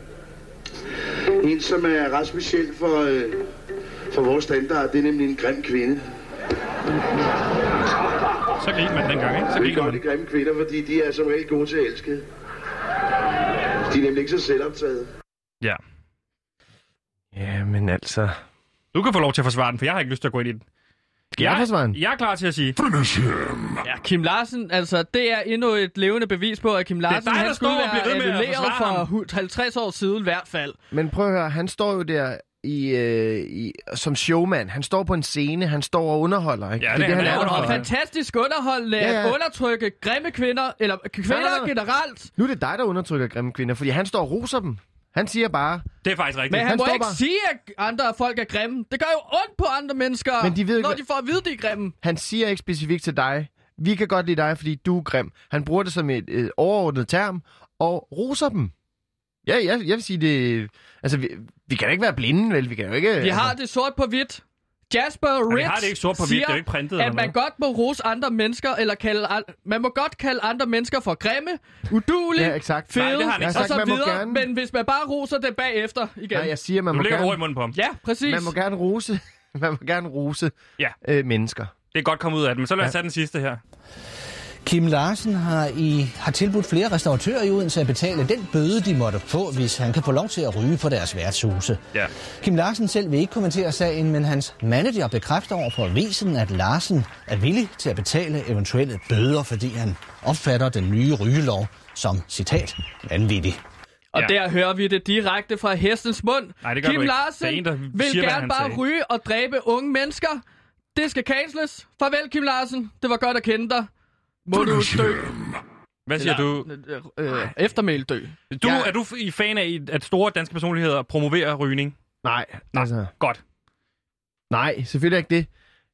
en som er ret speciel for vores standard. Det er nemlig en grim kvinde. Så griner man dengang, ikke? Så griner man. Det er grimme kvinder, fordi de er som regel gode til at elske. De er nemlig ikke så selvoptaget. Ja. Ja, men altså... Du kan få lov til at forsvare den, for jeg har ikke lyst til at gå ind i den. Jeg er klar til at sige... Ja, Kim Larsen, altså, det er endnu et levende bevis på, at Kim Larsen han skulle være annulleret for 50 år siden i hvert fald. Men prøv at høre, han står jo der som showman. Han står på en scene, han står og underholder, ikke? Ja, det han og fantastisk underholdende at undertrykke grimme kvinder, eller kvinder generelt. Nu er det dig, der undertrykker grimme kvinder, fordi han står og roser dem. Han siger bare... Det er faktisk rigtigt. Men han må ikke sige, at andre folk er grimme. Det gør jo ondt på andre mennesker, men de ved ikke, når de får at vide, de er grimme. Han siger ikke specifikt til dig, vi kan godt lide dig, fordi du er grim. Han bruger det som et overordnet term, og roser dem. Ja, jeg vil sige det... Altså, vi kan ikke være blinde, vel? Vi kan jo ikke... Vi har det sort på hvidt. Jasper Ritz siger, at man godt må rose andre mennesker, eller man må godt kalde andre mennesker for grimme, udulige, fede, og så videre. Gerne... Men hvis man bare roser det bagefter igen. Nej, jeg siger, man må gerne... ord i munden på ham. Ja, præcis. Man må gerne rose, mennesker. Det er godt kommet ud af det, men så lad os tage den sidste her. Kim Larsen har tilbudt flere restauratører i Odense at betale den bøde, de måtte få, hvis han kan få lov til at ryge på deres værtshuse. Ja. Kim Larsen selv vil ikke kommentere sagen, men hans manager bekræfter over for avisen, at Larsen er villig til at betale eventuelle bøder, fordi han opfatter den nye rygelov som, citat, vanvittig. Og der hører vi det direkte fra hestens mund. Nej, det gør Kim Larsen vil gerne bare ryge og dræbe unge mennesker. Det skal canceles. Farvel, Kim Larsen. Det var godt at kende dig. Må du dø? Hvad siger du? Eftermæl dø. Er du i fan af, at store danske personligheder promoverer rygning? Nej. Altså... Godt. Nej, selvfølgelig ikke det.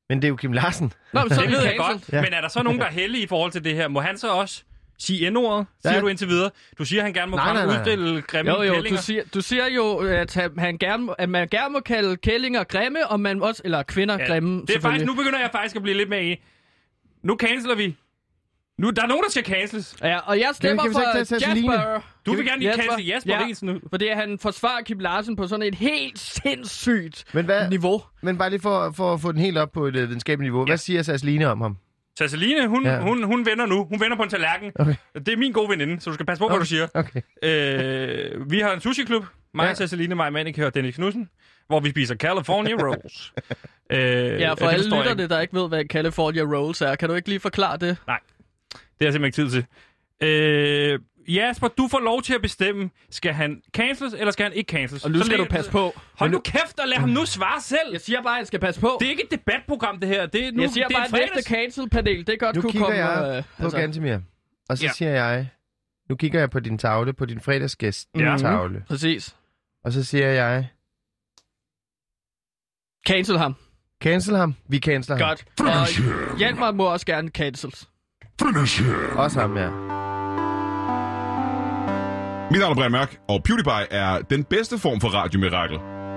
Men det er jo Kim Larsen. Nå, men så Det ved jeg cancelled. godt. Ja. Men er der så nogen, der er heldige i forhold til det her? Må han så også sige N-ordet, siger du indtil videre? Du siger, at han gerne må uddele grimme kællinger. Du siger jo, at man gerne må kalde kællinger grimme, og man også, eller kvinder grimme. Det er faktisk, nu begynder jeg faktisk at blive lidt med i. Nu canceler vi. Nu, der er nogen, der skal canceles. Ja, og jeg stemmer for Jasper. Du vil gerne lige cancel Jasper Risen nu. Fordi han forsvarer Kim Larsen på sådan et helt sindssygt niveau. Men bare lige for at få den helt op på et videnskabeligt niveau. Hvad siger Sasseline om ham? Sasseline, hun vender nu. Hun vender på en tallerken. Okay. Det er min gode veninde, så du skal passe på, hvad du siger. Okay. Vi har en sushi-klub. Mig, Sasseline, mig, Manike og Dennis Knudsen, hvor vi spiser California Rolls. Ja, for alle lytterne, der ikke ved, hvad California Rolls er. Kan du ikke lige forklare det? Nej, det er jeg simpelthen ikke tid til. Jasper, du får lov til at bestemme. Skal han cancels, eller skal han ikke cancels? Og nu skal du passe på. Hold nu kæft og lad ham nu svare selv. Jeg siger bare, at jeg skal passe på. Det er ikke et debatprogram, det her. Det er nu, jeg siger bare, at næste cancel-panel, det godt kunne komme... Nu kigger jeg på Gantemir, og så siger jeg... Nu kigger jeg på din tavle, på din fredagsgæst-tavle. Præcis. Og så siger jeg... Cancel ham. Cancel ham. Vi canceler ham. Godt. Og Hjalmar må også gerne cancels. Også ham, ja. Mit navn er Brian Mørk, og PewDiePie er den bedste form for radiomirakel.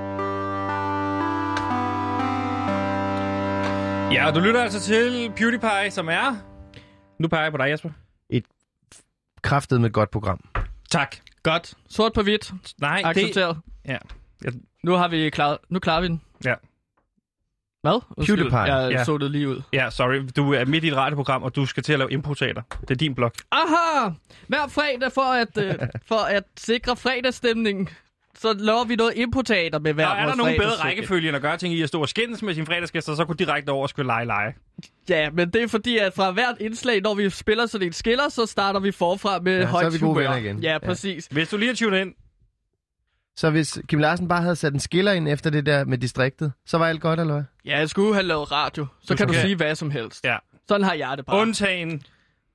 Ja, du lytter altså til PewDiePie, som er... Nu peger jeg på dig, Jasper. Et kraftedeme godt program. Tak. Godt. Sort på hvidt. Nej, accepteret. Ja. Nu har vi klarer vi den. Ja. Hvad? PewDiePie. Jeg så det lige ud. Ja, sorry. Du er midt i et radioprogram, og du skal til at lave improteater. Det er din blog. Aha! Hver fredag for at sikre fredagsstemningen, så laver vi noget improteater med hver. Og er der nogen bedre rækkefølge, end at gøre ting i at stå og skændes med sine fredagsgæster, så kunne direkte over og skulle lege? Ja, men det er fordi, at fra hvert indslag, når vi spiller sådan en skiller, så starter vi forfra med højt humør. Igen. Ja, præcis. Hvis du lige har tunet ind. Så hvis Kim Larsen bare havde sat en skiller ind efter det der med distriktet, så var alt godt, eller hvad? Ja, jeg skulle have lavet radio. Så kan du sige hvad som helst. Ja. Sådan har jeg det bare. Undtagen...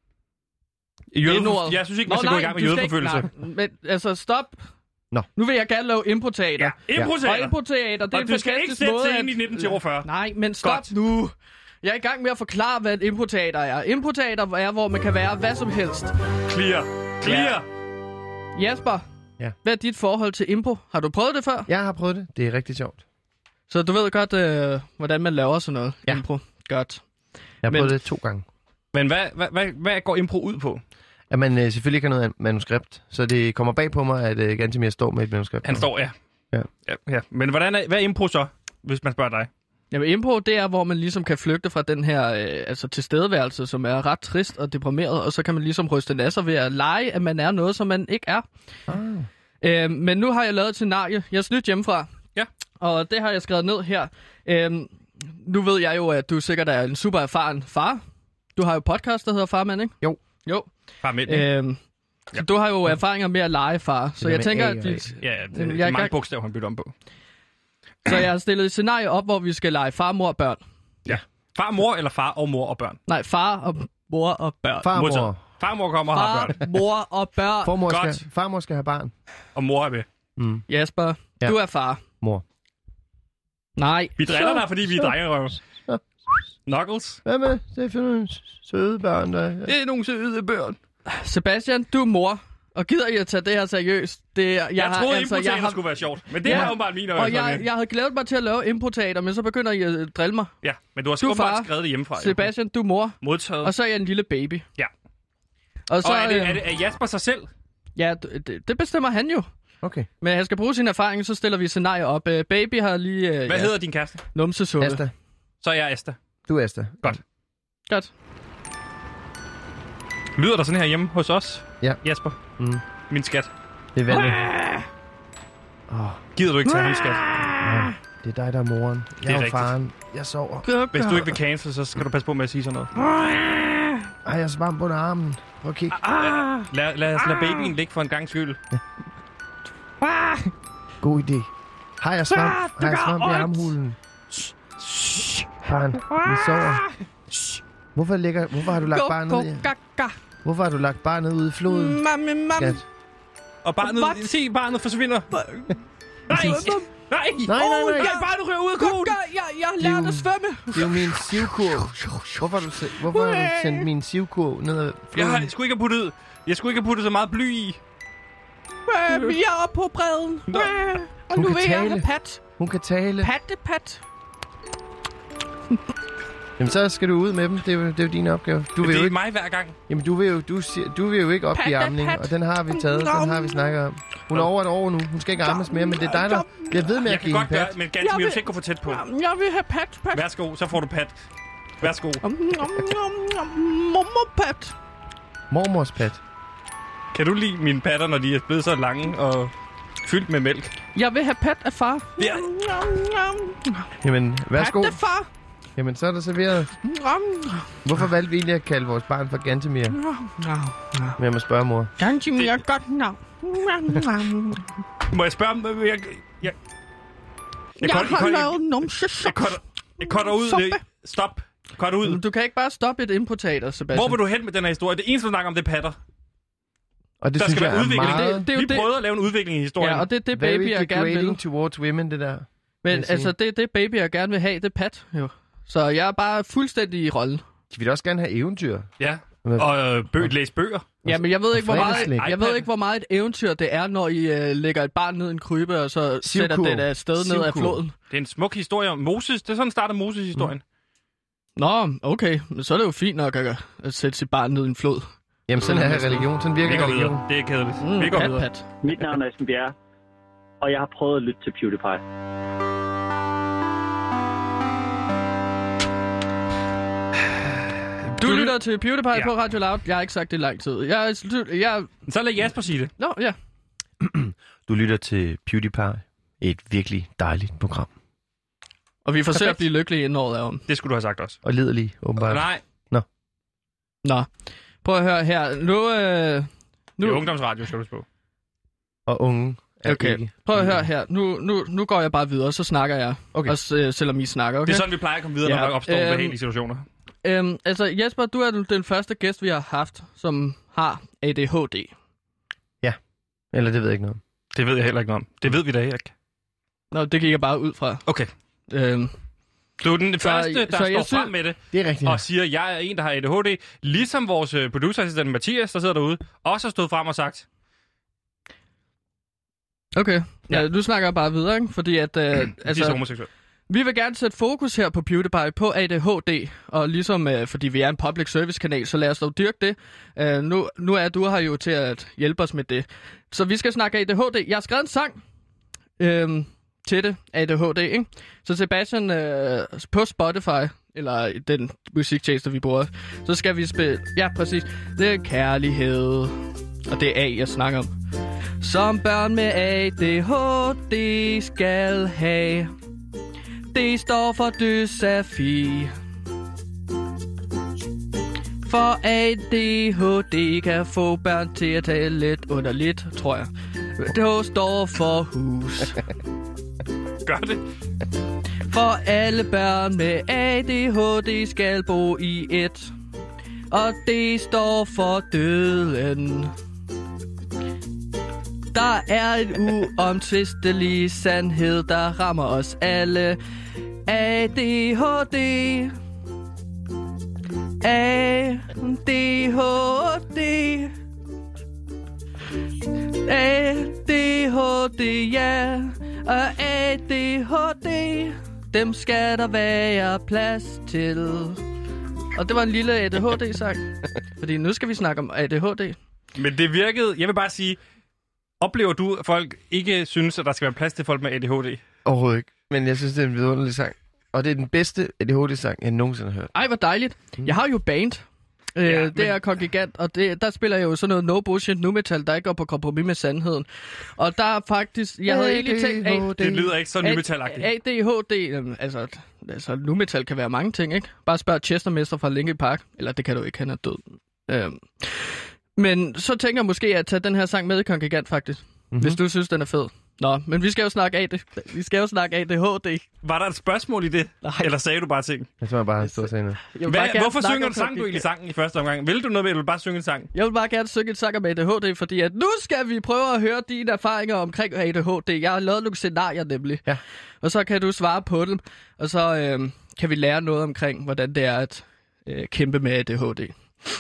Jeg synes ikke, man skal gå i gang med jødeforfølgelse. Men altså, stop. Nå. Nu vil jeg gerne lave improteater. Ja, improteater. Og improteater, det er en fantastisk måde. Og du skal ikke sætte ind i 1942. Nej, men stop godt. Nu. Jeg er i gang med at forklare, hvad et improteater er. Improteater er, hvor man kan være hvad som helst. Clear. Ja. Jasper, hvad er dit forhold til impro? Har du prøvet det før? Jeg har prøvet det. Det er rigtig sjovt. Så du ved godt, hvordan man laver sådan noget impro? Godt. Jeg har prøvet det 2 gange. Men hvad går impro ud på? At man selvfølgelig ikke har noget manuskript, så det kommer bag på mig, at Gantemir står med et manuskript. Han står, ja. Men hvad er impro så, hvis man spørger dig? Jamen, impro, det er, hvor man ligesom kan flygte fra den her tilstedeværelse, som er ret trist og deprimeret, og så kan man ligesom ryste nasser ved at lege, at man er noget, som man ikke er. Men nu har jeg lavet et scenarie. Jeg er snydt hjemmefra, og det har jeg skrevet ned her. Nu ved jeg jo, at du sikkert er en super erfaren far. Du har jo podcast, der hedder Farmand, ikke? Jo. Farmand, så du har jo erfaringer med at lege far, så jeg tænker, at det er mange bogstaver, han bytter om på. Så jeg har stillet et scenarie op, hvor vi skal lege far, mor og børn. Ja. Far, mor eller far og mor og børn? Nej, far og mor og børn. Far og mor. Farmor kommer og har børn. Mor og børn. Farmor skal have barn. Og mor er med. Jasper, du er far. Mor. Nej. Vi driller dig, fordi vi er drengerøv. Knuckles. Hvad med? Det er for nogle søde børn, der... Det er nogle søde børn. Sebastian, du er mor. Og gider I at tage det her seriøst? Jeg troede, improteater skulle være sjovt. Men det er jo bare min øjne. Og jeg havde glædet mig til at lave improteater, men så begynder I at drille mig. Ja, men du har bare skrevet det hjemmefra. Sebastian, du er mor. Modtaget. Og så er jeg en lille baby. Ja. Og så er Jasper sig selv? Ja, det bestemmer han jo. Okay. Men han skal bruge sin erfaring, så stiller vi scenarier op. Baby har lige... Hvad hedder din kæreste? Numsesuppe. Asta. Så er jeg Asta. Du er Asta. Godt. Lyder der sådan her hjemme hos os? Ja. Jasper? Min skat. Det er vandet. Gider du ikke tage ham, skat? Det er dig, der er moren. Jeg er faren. Jeg sover. Hvis du ikke vil cancel, så skal du passe på med at sige sådan noget. Jeg er svamp under armen. Prøv at kigge. Lad os lade babyen ligge for en gang skyld. God idé. Har jeg svamp i armhulen? Barn, vi sover. Hvorfor har du lagt barnet i? Hvorfor har du lagt barnet ud i floden? Skat. Og barnet forsvinder. Nej! Nej! Jeg bare, du ryger ud af kurven! Jeg lærte at svømme! Det er jo min sivkurv. Hvorfor har du sendt min sivkurv ned ad floden? Jeg skulle ikke have puttet så meget bly i. Jeg er oppe på bredden. Og nu vil jeg have pat. Hun kan tale. Pat. Jamen, så skal du ud med dem. Det er jo din opgave. Det er ikke mig hver gang. Jamen, du vil jo ikke opgive amning, og den har vi taget. Den har vi snakket om. Hun er over et år nu. Hun skal ikke ammes mere, men det er dig, der bliver ved med at give en pat. Jeg kan godt gøre, men ganske mere, du skal ikke gå for tæt på. Jeg vil have pat. Værsgo, så får du pat. Værsgo. Mormorpat. Mormors pat. Kan du lide mine patter, når de er blevet så lange og fyldt med mælk? Jeg vil have pat af far. Ja. Jamen, værsgo. Pat af far. Jamen, så er der serveret. Hvorfor valgte vi egentlig at kalde vores barn for Gantemir? Men jeg må spørge, mor. Gantemir er godt navn. Må jeg spørge om... Jeg har lavet numsesok. Jeg cutter ud. Stop. Cut ud. Du kan ikke bare stoppe et importater, Sebastian. Hvor vil du hen med den her historie? Det eneste, du snakker om, det er patter. Og det der synes skal være udvikling. meget... Vi prøvede at lave en udvikling i historien. Ja, og det er det, baby jeg gerne vil. Very degrading towards women, det der. Men altså, det baby jeg gerne vil have, det er pat, jo. Så jeg er bare fuldstændig i rollen. De vil også gerne have eventyr. Ja, og læse bøger. Ja, men jeg ved ikke, hvor meget et eventyr det er, når I lægger et barn ned i en krybe, og så sætter det et sted ned af floden. Det er en smuk historie om Moses. Det er sådan starter Moses-historien. Nå, okay. Men så er det jo fint nok at sætte sit barn ned i en flod. Jamen, sådan er religion. Sådan virker religion. Det er kedeligt. Vi går videre. Mit navn er Esben Bjerre, og jeg har prøvet at lytte til PewDiePie. Du lytter til PewDiePie på Radio Loud. Jeg har ikke sagt det i lang tid. Så lad Jasper sige det. Nå, ja. Du lytter til PewDiePie. Et virkelig dejligt program. Og vi forsøger at blive lykkelige inden året er om. Det skulle du have sagt også. Og liderlige, åbenbart. Nej. Nå. Prøv at høre her. Nu det er ungdomsradio, skal du på. Og unge er okay. ikke. Prøv at høre her. Nu går jeg bare videre, så snakker jeg. Okay. Også selvom I snakker, okay? Det er sådan, vi plejer at komme videre, når der opstår behagelige situationer. Altså, Jesper, du er den første gæst, vi har haft, som har ADHD. Ja. Eller det ved jeg ikke noget om. Det ved jeg heller ikke noget om. Det ved vi da ikke. Nå, det gik jeg bare ud fra. Okay. Du er den første, der står frem med det. Det er rigtigt. Og siger, at jeg er en, der har ADHD. Ligesom vores producerassistent Mathias, der sidder derude, også har stået frem og sagt. Okay. Ja, du snakker bare videre, ikke? Fordi at... altså, vi vil gerne sætte fokus her på PewDiePie, på ADHD. Og ligesom, fordi vi er en public service kanal, så lad os dog dyrke det. Nu er du her jo til at hjælpe os med det. Så vi skal snakke ADHD. Jeg har skrevet en sang til det, ADHD, ikke? Så Sebastian, på Spotify, eller den musiktjeneste, vi bruger, så skal vi spille... Ja, præcis. Det er kærlighed. Og det er A, jeg snakker om. Som børn med ADHD skal have. Det står for dysafi. For ADHD kan få børn til at tale lidt underligt, tror jeg. Det står for hus. Gør det. For alle børn med ADHD skal bo i et. Og det står for døden. Der er en uomtvistelig sandhed, der rammer os alle. ADHD. ADHD. ADHD, ja. Og ADHD, dem skal der være plads til. Og det var en lille ADHD-sang. Fordi nu skal vi snakke om ADHD. Men det virkede, jeg vil bare sige, oplever du, at folk ikke synes, at der skal være plads til folk med ADHD? Overhovedet ikke. Men jeg synes, det er en vidunderlig sang. Og det er den bedste ADHD-sang, jeg nogensinde har hørt. Ej, hvor dejligt. Jeg har jo band. Det er Kongigant, og der spiller jeg jo sådan noget no bullshit nu metal, der ikke går på kompromis med sandheden. Og der er faktisk... Jeg havde egentlig tænkt... Det lyder ikke så nu metal-agtigt. ADHD... Altså nu metal kan være mange ting, ikke? Bare spørg Chester Mester fra Linkin Park. Eller det kan du ikke, han er død. Men så tænker jeg måske at tage den her sang med i Kongigant, faktisk. Mm-hmm. Hvis du synes, den er fed. Nå, men vi skal jo snakke ADHD. Var der et spørgsmål i det? Nej. Eller sagde du bare ting? Jeg tror, jeg bare stod og sagde noget. Hvorfor sang du egentlig sangen i første omgang? Vil du noget med, eller vil du bare synge en sang? Jeg vil bare gerne synge en sang om ADHD, fordi at nu skal vi prøve at høre dine erfaringer omkring ADHD. Jeg har lavet nogle scenarier nemlig. Ja. Og så kan du svare på dem, og så kan vi lære noget omkring, hvordan det er at kæmpe med ADHD.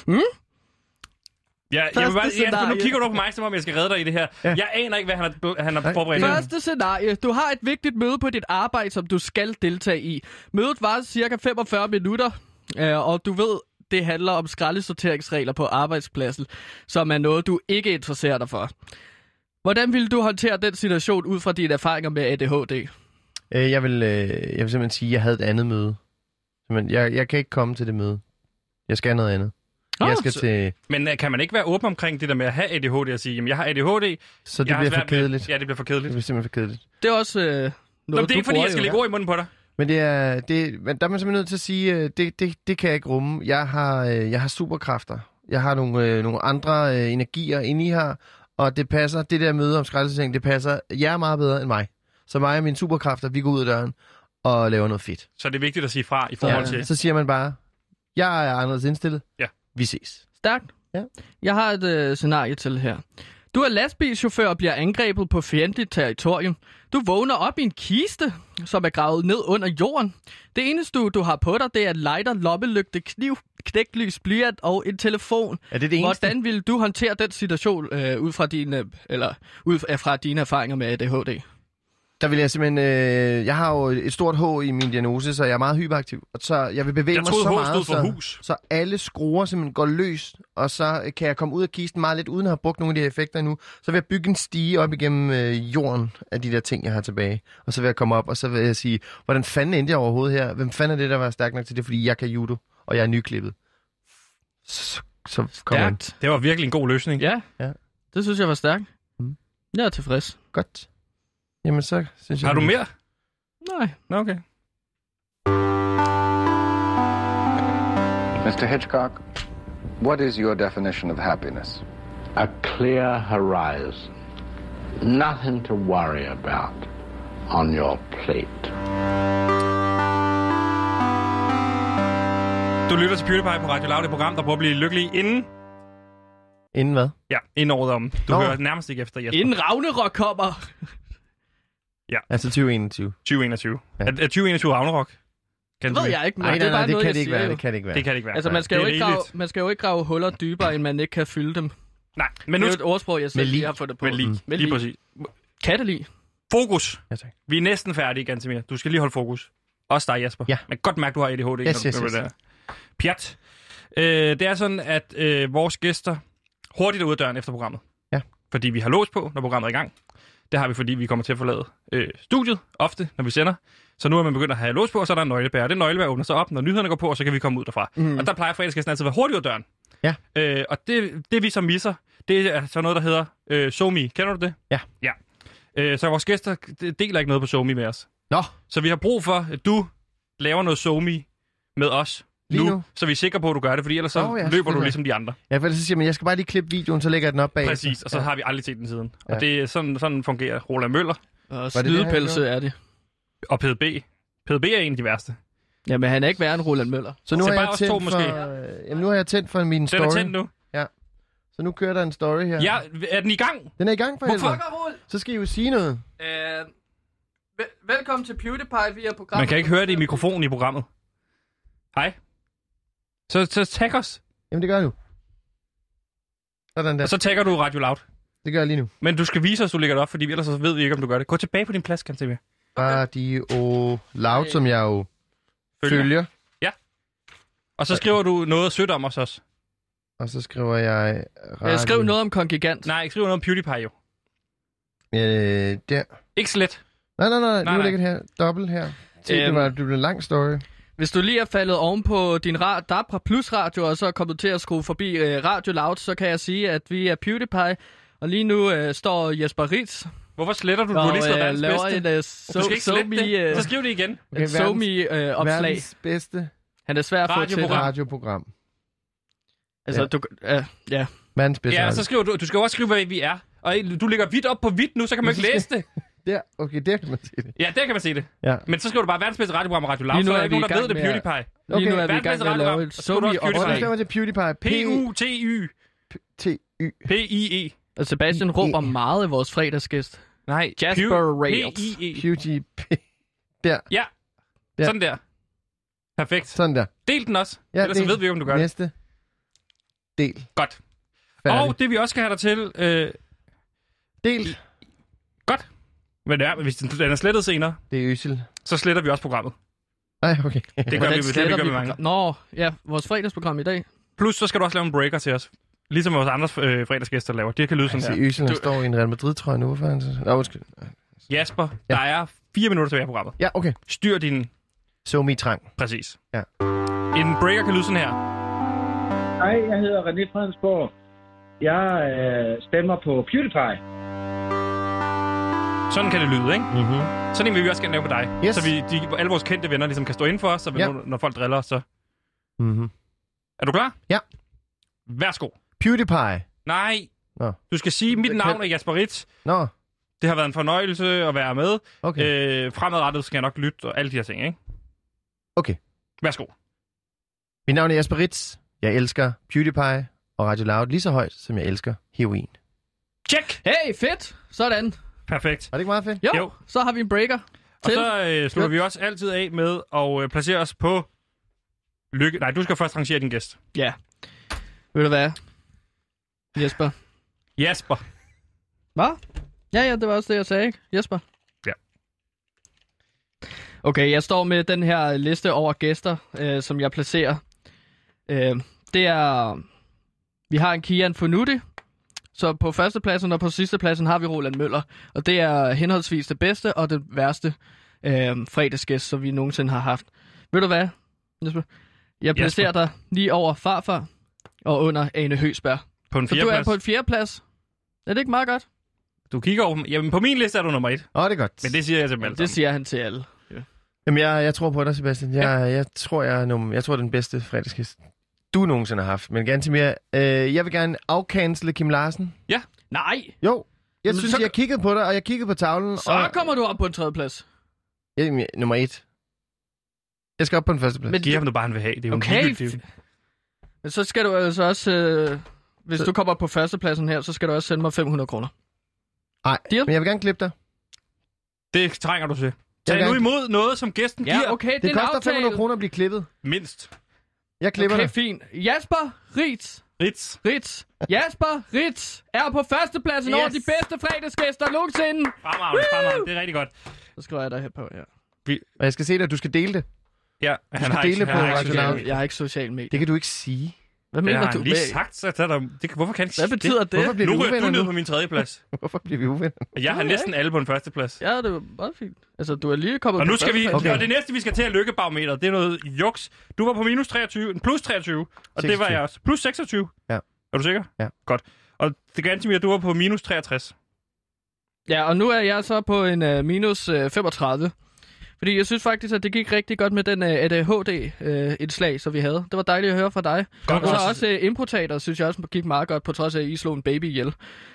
Ja, jeg vil bare, nu kigger du på mig, som om jeg skal redde dig i det her. Ja. Jeg aner ikke, hvad han har forberedt. Første scenarie. Du har et vigtigt møde på dit arbejde, som du skal deltage i. Mødet varer cirka 45 minutter, og du ved, det handler om skraldesorteringsregler på arbejdspladsen, som er noget, du ikke interesserer dig for. Hvordan ville du håndtere den situation ud fra dine erfaringer med ADHD? Jeg vil simpelthen sige, at jeg havde et andet møde. Jeg kan ikke komme til det møde. Jeg skal noget andet. Jeg skal til... Men kan man ikke være åben omkring det der med at have ADHD og sige, jamen jeg har ADHD... Så det bliver for kedeligt. Ja, det bliver for kedeligt. Det bliver simpelthen for kedeligt. Det er også noget, det er ikke fordi, jeg skal lægge ord i munden på dig. Men men der er man simpelthen nødt til at sige, det kan jeg ikke rumme. Jeg har superkræfter. Jeg har nogle andre energier inde i her, og det passer, det der møde om skraldesætning, det passer jer meget bedre end mig. Så mig og mine superkræfter, vi går ud af døren og laver noget fedt. Så det er vigtigt at sige fra i forhold til... Så siger man bare, jeg er anderledes indstillet. Ja. Vi ses. Stærkt. Ja. Jeg har et scenarie til her. Du er lastbilchauffør og bliver angrebet på fjendtligt territorium. Du vågner op i en kiste, som er gravet ned under jorden. Det eneste, du har på dig, det er lighter, loppelygte, kniv, knæklys, blyant og en telefon. Er det eneste? Hvordan vil du håndtere den situation ud fra dine erfaringer med ADHD? Der vil jeg simpelthen... jeg har jo et stort H i min diagnose, så jeg er meget hyperaktiv. Så jeg vil bevæge mig så meget, så alle skruer simpelthen går løs, og så kan jeg komme ud af kisten meget lidt, uden at have brugt nogle af de her effekter endnu. Så vil jeg bygge en stige op igennem jorden af de der ting, jeg har tilbage. Og så vil jeg komme op, og så vil jeg sige, hvordan fanden endte jeg overhovedet her? Hvem fanden er det, der var stærk nok til det? Fordi jeg kan judo, og jeg er nyklippet. Så kommer jeg. Det var virkelig en god løsning. Ja. Det synes jeg var stærkt. Jeg er tilfreds. Godt. Jamen så synes jeg... Har du mere? Nej. Okay. Mr. Hitchcock, what is your definition of happiness? A clear horizon. Nothing to worry about on your plate. Du lytter til PewDiePie på Radio Loud, det program, der prøver at blive lykkelig inden... Inden hvad? Ja, inden året om. Du hører nærmest ikke efter, Jesper. Inden Ragnarok kommer... Ja. Altså 2021. 2021. Ja. Er 2021 Ragnarok? Det ved jeg ikke, men nej, det er bare noget, det kan det ikke være. Det kan det ikke være. Altså, man skal jo ikke grave huller dybere, end man ikke kan fylde dem. Nej, men det er jo et ordsprog, jeg selv lige har fundet på. Med lige præcis. Kattelig. Fokus. Ja, tak. Vi er næsten færdige, Gantemir. Du skal lige holde fokus. Også dig, Jesper. Ja. Men godt mærke, du har ADHD. Yes. Pjat. Det er sådan, at vores gæster hurtigt er ude af døren efter programmet. Ja. Fordi vi har lås på, når programmet er i gang. Det har vi, fordi vi kommer til at forlade studiet ofte, når vi sender. Så nu er man begyndt at have lås på, og så er der en nøglebær. Den nøglebær åbner sig op, når nyhederne går på, og så kan vi komme ud derfra. Og der plejer fredagsgæsten altid at være hurtigt ud af døren. Ja. Og det vi så misser, det er så noget, der hedder SoMe. Kender du det? Ja. Så vores gæster deler ikke noget på SoMe med os. Nå. Så vi har brug for, at du laver noget SoMe med os nu, så vi er sikre på, at du gør det, fordi ellers så løber du ligesom de andre. Ja, for ellers så siger man, jeg skal bare lige klippe videoen, så lægger jeg den op bag. Præcis, og så har vi aldrig set den siden. Ja. Og det er sådan fungerer Roland Møller. Og snydepelse er det. Og PDB. PDB er en af de værste. Jamen, han er ikke værre end Roland Møller. Så nu har jeg tændt for... nu har jeg tændt for min story. Den er tændt nu? Ja. Så nu kører der en story her. Ja, er den i gang? Den er i gang for helvede. Så skal I jo sige noget. Velkommen til PewDiePie via programmet. Man kan ikke høre det i mikrofonen i programmet. Hej. Så tag os. Jamen, det gør jeg nu. Sådan der. Og så tagger du Radio Loud. Det gør jeg lige nu. Men du skal vise os, du lægger det op, fordi ellers så ved vi ikke, om du gør det. Gå tilbage på din plads, Gantemir. Radio Loud, som jeg jo følger. Ja. Og så skriver du noget sødt om os også. Og så skriver jeg... Jeg skriver noget om Kongigant. Nej, jeg skriver noget om PewDiePie jo. Der. Ikke slet. Nej. Nu ligger det her. Dobbelt her. Det blev en lang story. Hvis du lige er faldet oven på din DABRA Plus radio, og så er kommet til at skrue forbi Radio Loud, så kan jeg sige, at vi er PewDiePie, og lige nu står Jesper Ritz. Hvorfor sletter du? Du har lige skrevet verdens bedste. Du skal ikke slette det. Så skriv det igen. Et SoMe-opslag. Verdens bedste han er svær at få til radioprogram. Altså, Verdens bedste så skriver du skal også skrive, hvad vi er. Og du lægger hvidt op på hvidt nu, så kan man ikke læse det. Der, okay, der kan man se det. Ja, der kan man se det. Ja. Men så skriver du bare verdens bedste radioprogram Radio Loud, så er der ikke nogen, der ved det PewDiePie. Lige nu er vi i gang med at lave et somi Og så stemmer til PewDiePie. P-U-T-Y. T-Y. P-I-E. Og Sebastian råber meget af vores fredagsgæst. Nej, Jasper Rails. P-I-E. PewDiePie. Der. Ja, sådan der. Perfekt. Sådan der. Del den også, Ja, ellers så ved vi, om du gør det. Næste. Del. Godt. Færdig. Og det vi også skal have dig til... Del. Godt. Men ja, hvis den er slettet senere, Det er Øsel. så sletter vi også programmet. Nej, okay. Det gør vi, Hvordan det sletter gør vi vi mange. Nå, ja, vores fredagsprogram i dag. Plus, så skal du også lave en breaker til os. Ligesom vores andre fredagsgæster laver. Det kan lyde sådan Altså, her. Øsel, han står i en Real Madrid-trøje nu. Hvorfor han så... Nå, undskyld. Jasper, der er 4 minutter tilbage af programmet. Ja, okay. Styr din... Somi-trang. Præcis. Ja. En breaker kan lyde sådan her. Hej, jeg hedder René Fredensborg. Jeg stemmer på PewDiePie. Sådan kan det lyde, ikke? Mm-hmm. Sådan en vil vi også gerne lave på dig. Yes. Så alle vores kendte venner ligesom kan stå inden for os, så når folk driller os, så... Mm-hmm. Er du klar? Ja. Værsgo. PewDiePie. Nej. Nå. Du skal sige, mit navn er Jasper Ritz. Nå. Det har været en fornøjelse at være med. Okay. Fremadrettet skal jeg nok lytte og alle de her ting, ikke? Okay. Værsgo. Mit navn er Jasper Ritz. Jeg elsker PewDiePie og Radio Loud lige så højt, som jeg elsker heroin. Check! Hey, fedt! Sådan. Perfekt. Var det ikke meget fedt? Jo. Så har vi en breaker til. Og så slutter vi også altid af med at placere os på lykke... Nej, du skal først rangere din gæst. Ja. Ved du hvad? Jesper. Jasper. Hvad? Ja, det var også det, jeg sagde, ikke? Jesper. Ja. Okay, jeg står med den her liste over gæster, som jeg placerer. Det er... Vi har en Kian Fornuti. Så på førstepladsen og på sidstepladsen har vi Roland Møller. Og det er henholdsvis det bedste og det værste fredagsgæst, som vi nogensinde har haft. Ved du hvad, Jesper? Jeg placerer dig lige over farfar og under Ane Høgsberg. På en så fjerdeplads. du er på en fjerdeplads. Er det ikke meget godt? Du kigger over... Jamen, på min liste er du nummer 1. Det er godt. Men det siger jeg til dem alle Det siger han til alle. Ja. Jamen, jeg tror på dig, Sebastian. Jeg tror, jeg er den bedste fredagsgæst, du nogensinde har haft. Men gerne til mere. Jeg vil gerne afcancele Kim Larsen. Ja. Nej. Jo. Jeg synes, jeg kiggede på dig, og jeg kiggede på tavlen. Så kommer du op på en tredjeplads. Nummer 1. Jeg skal op på den første plads. Men giv ham nu bare, han vil have. Det er jo okay. Men så skal du altså også... hvis du kommer på førstepladsen her, så skal du også sende mig 500 kroner. Nej, men jeg vil gerne klippe dig. Det trænger du til. Tag nu imod noget, som gæsten giver. Okay, det koster 500 kroner at blive klippet. Mindst. Jeg klipper dig. Fint. Jasper Ritz. Jasper Ritz er på førstepladsen over de bedste fredagsgæster nogensinde. Fremragende. Det er rigtig godt. Så skriver jeg dig her på, Og jeg skal se dig, at du skal dele det. Ja, du skal dele på Radio Loud. Jeg har ikke social medier. Det kan du ikke sige. Hvad mener du? Det har han lige sagt, så hvorfor kan jeg ikke sige det? Hvad betyder det? Hvorfor bliver nu vi uvenner du ned nu? på min tredje plads. Hvorfor bliver vi uvenner? Jeg har næsten alle på en første plads. Ja, det var meget fint. Altså, du er lige kommet og på nu skal vi, okay. og det næste, vi skal til at lykkebarometeret, det er noget juks. Du var på minus 23, plus 23, og 26. det var jeg også. Plus 26. Ja. Er du sikker? Ja. Godt. Og det gør til mig, at du var på minus 63. Ja, og nu er jeg så på en minus 35. Fordi jeg synes faktisk, at det gik rigtig godt med den ADHD-indslag, som vi havde. Det var dejligt at høre fra dig. Godt, og så også improtater, synes jeg også gik meget godt, på trods af, at I slog en baby ihjel.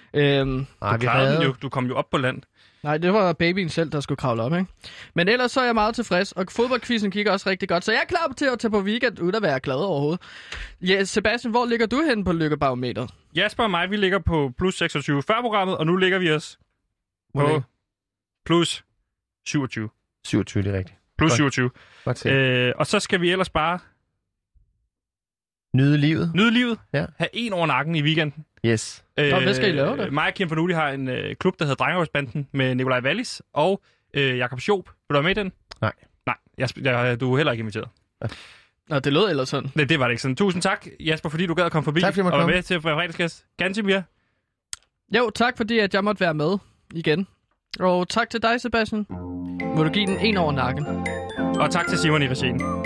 Du kom jo op på land. Nej, det var babyen selv, der skulle kravle op, ikke? Men ellers så er jeg meget tilfreds, og fodboldquizzen gik også rigtig godt, så jeg er klar til at tage på weekend, uden at være glad overhovedet. Ja, Sebastian, hvor ligger du henne på lykkebarometeret? Jasper og mig, vi ligger på plus 26 før programmet, og nu ligger vi os på plus 27. 27, det er rigtigt. Plus godt. 27. Godt og så skal vi ellers bare... Nyde livet. Ja. Have en over nakken i weekenden. Yes. Hvad skal I lave der? Mig og Kim Fornuti har en klub, der hedder Drengerådsbanden med Nikolaj Wallis og Jakob Schoop. Vil du være med i den? Nej. Du er heller ikke inviteret. Ja. Nå, det lød ellers sådan. Det var det ikke sådan. Tusind tak, Jasper, fordi du gad at komme forbi. Tak, fordi og være med til fredagsgæst. Gantimir. Jo, tak fordi at jeg måtte være med igen. Og tak til dig, Sebastian. Må du give den en over nakken. Og tak til Simon i regien.